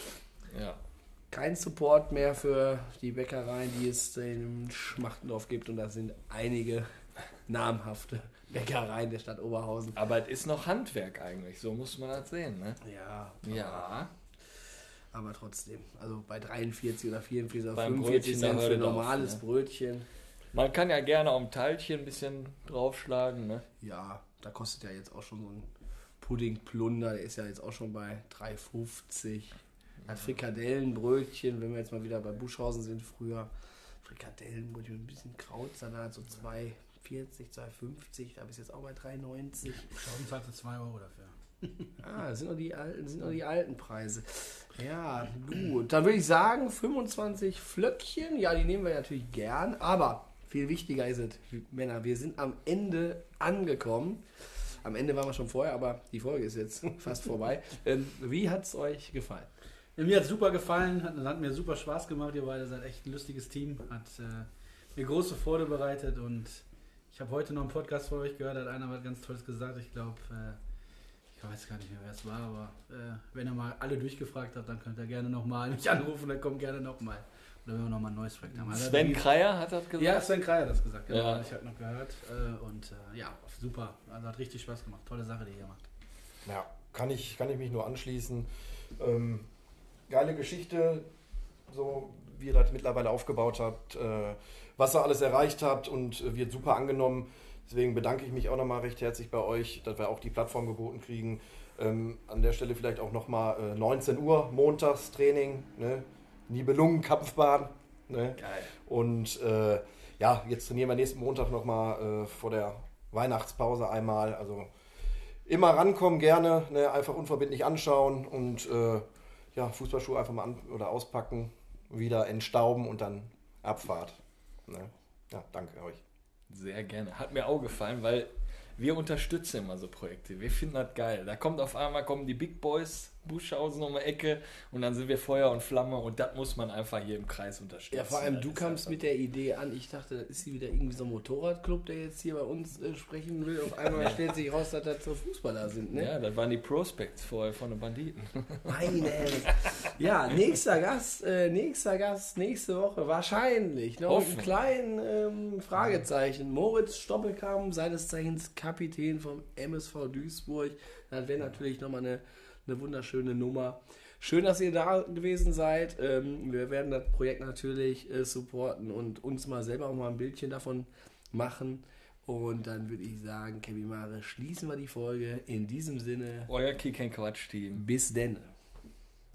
kein Support mehr für die Bäckereien, die es in Schmachtendorf gibt. Und das sind einige namhafte Bäckereien der Stadt Oberhausen. Aber es ist noch Handwerk eigentlich, so muss man das sehen, ne? Ja. Aber trotzdem, also bei 43 oder 44 oder Beim 45 Brötchen, Cent da für hört es normales auf, ne? Brötchen. Man kann ja gerne auf ein Teilchen ein bisschen draufschlagen, ne? Ja, da kostet ja jetzt auch schon so ein Puddingplunder, der ist ja jetzt auch schon bei 3,50. Ein Frikadellenbrötchen, wenn wir jetzt mal wieder bei Buschhausen sind, früher Frikadellenbrötchen mit ein bisschen Krautsalat, so 2,40, 2,50, da bist du jetzt auch bei 3,90. Buschhausen zahlt 2 Euro dafür. Das sind noch die alten Preise. Ja, gut. Dann würde ich sagen, 25 Flöckchen, ja, die nehmen wir natürlich gern, aber viel wichtiger ist es, Männer, wir sind am Ende angekommen. Am Ende waren wir schon vorher, aber die Folge ist jetzt fast vorbei. Wie hat es euch gefallen? Mir hat es super gefallen, hat mir super Spaß gemacht. Ihr beide seid echt ein lustiges Team. Hat mir große Freude bereitet und ich habe heute noch einen Podcast von euch gehört, hat einer was ganz Tolles gesagt. Ich glaube, ich weiß gar nicht mehr, wer es war, aber wenn ihr mal alle durchgefragt habt, dann könnt ihr gerne nochmal mich anrufen, dann kommt gerne nochmal. Oder wenn wir nochmal ein neues Projekt haben. Sven Kreier hat das gesagt? Ja, Sven Kreier hat das gesagt, genau, Ja. habe ich halt noch gehört. Und ja, super. Also hat richtig Spaß gemacht. Tolle Sache, die ihr macht. Ja, kann ich mich nur anschließen. Geile Geschichte, so wie ihr das mittlerweile aufgebaut habt, was ihr alles erreicht habt und wird super angenommen. Deswegen bedanke ich mich auch nochmal recht herzlich bei euch, dass wir auch die Plattform geboten kriegen. An der Stelle vielleicht auch nochmal 19 Uhr Montagstraining, ne? Nibelungen-Kampfbahn. Ne? Geil. Und ja, jetzt trainieren wir nächsten Montag nochmal vor der Weihnachtspause einmal. Also immer rankommen gerne, ne? Einfach unverbindlich anschauen und ja, Fußballschuhe einfach mal oder auspacken, wieder entstauben und dann Abfahrt. Ne? Ja, danke euch. Sehr gerne. Hat mir auch gefallen, weil wir unterstützen immer so Projekte. Wir finden das geil. Da kommen die Big Boys, Buschhausen um die Ecke und dann sind wir Feuer und Flamme und das muss man einfach hier im Kreis unterstützen. Ja, vor allem du Das ist kamst einfach- mit der Idee an, ich dachte, das ist hier wieder irgendwie so ein Motorradclub, der jetzt hier bei uns sprechen will. Auf einmal stellt sich raus, dass das so Fußballer sind, ne? Ja, das waren die Prospects vorher von den Banditen. Meine Herren. Ja, nächster Gast nächste Woche wahrscheinlich. Noch Hoffen. einen kleinen Fragezeichen. Moritz Stoppelkamp, seines Zeichens Kapitän vom MSV Duisburg. Das wäre natürlich nochmal eine wunderschöne Nummer. Schön, dass ihr da gewesen seid. Wir werden das Projekt natürlich supporten und uns mal selber auch mal ein Bildchen davon machen. Und dann würde ich sagen, Kevin Mare, schließen wir die Folge. In diesem Sinne, Euer Kick-and-Quatsch-Team. bis denn.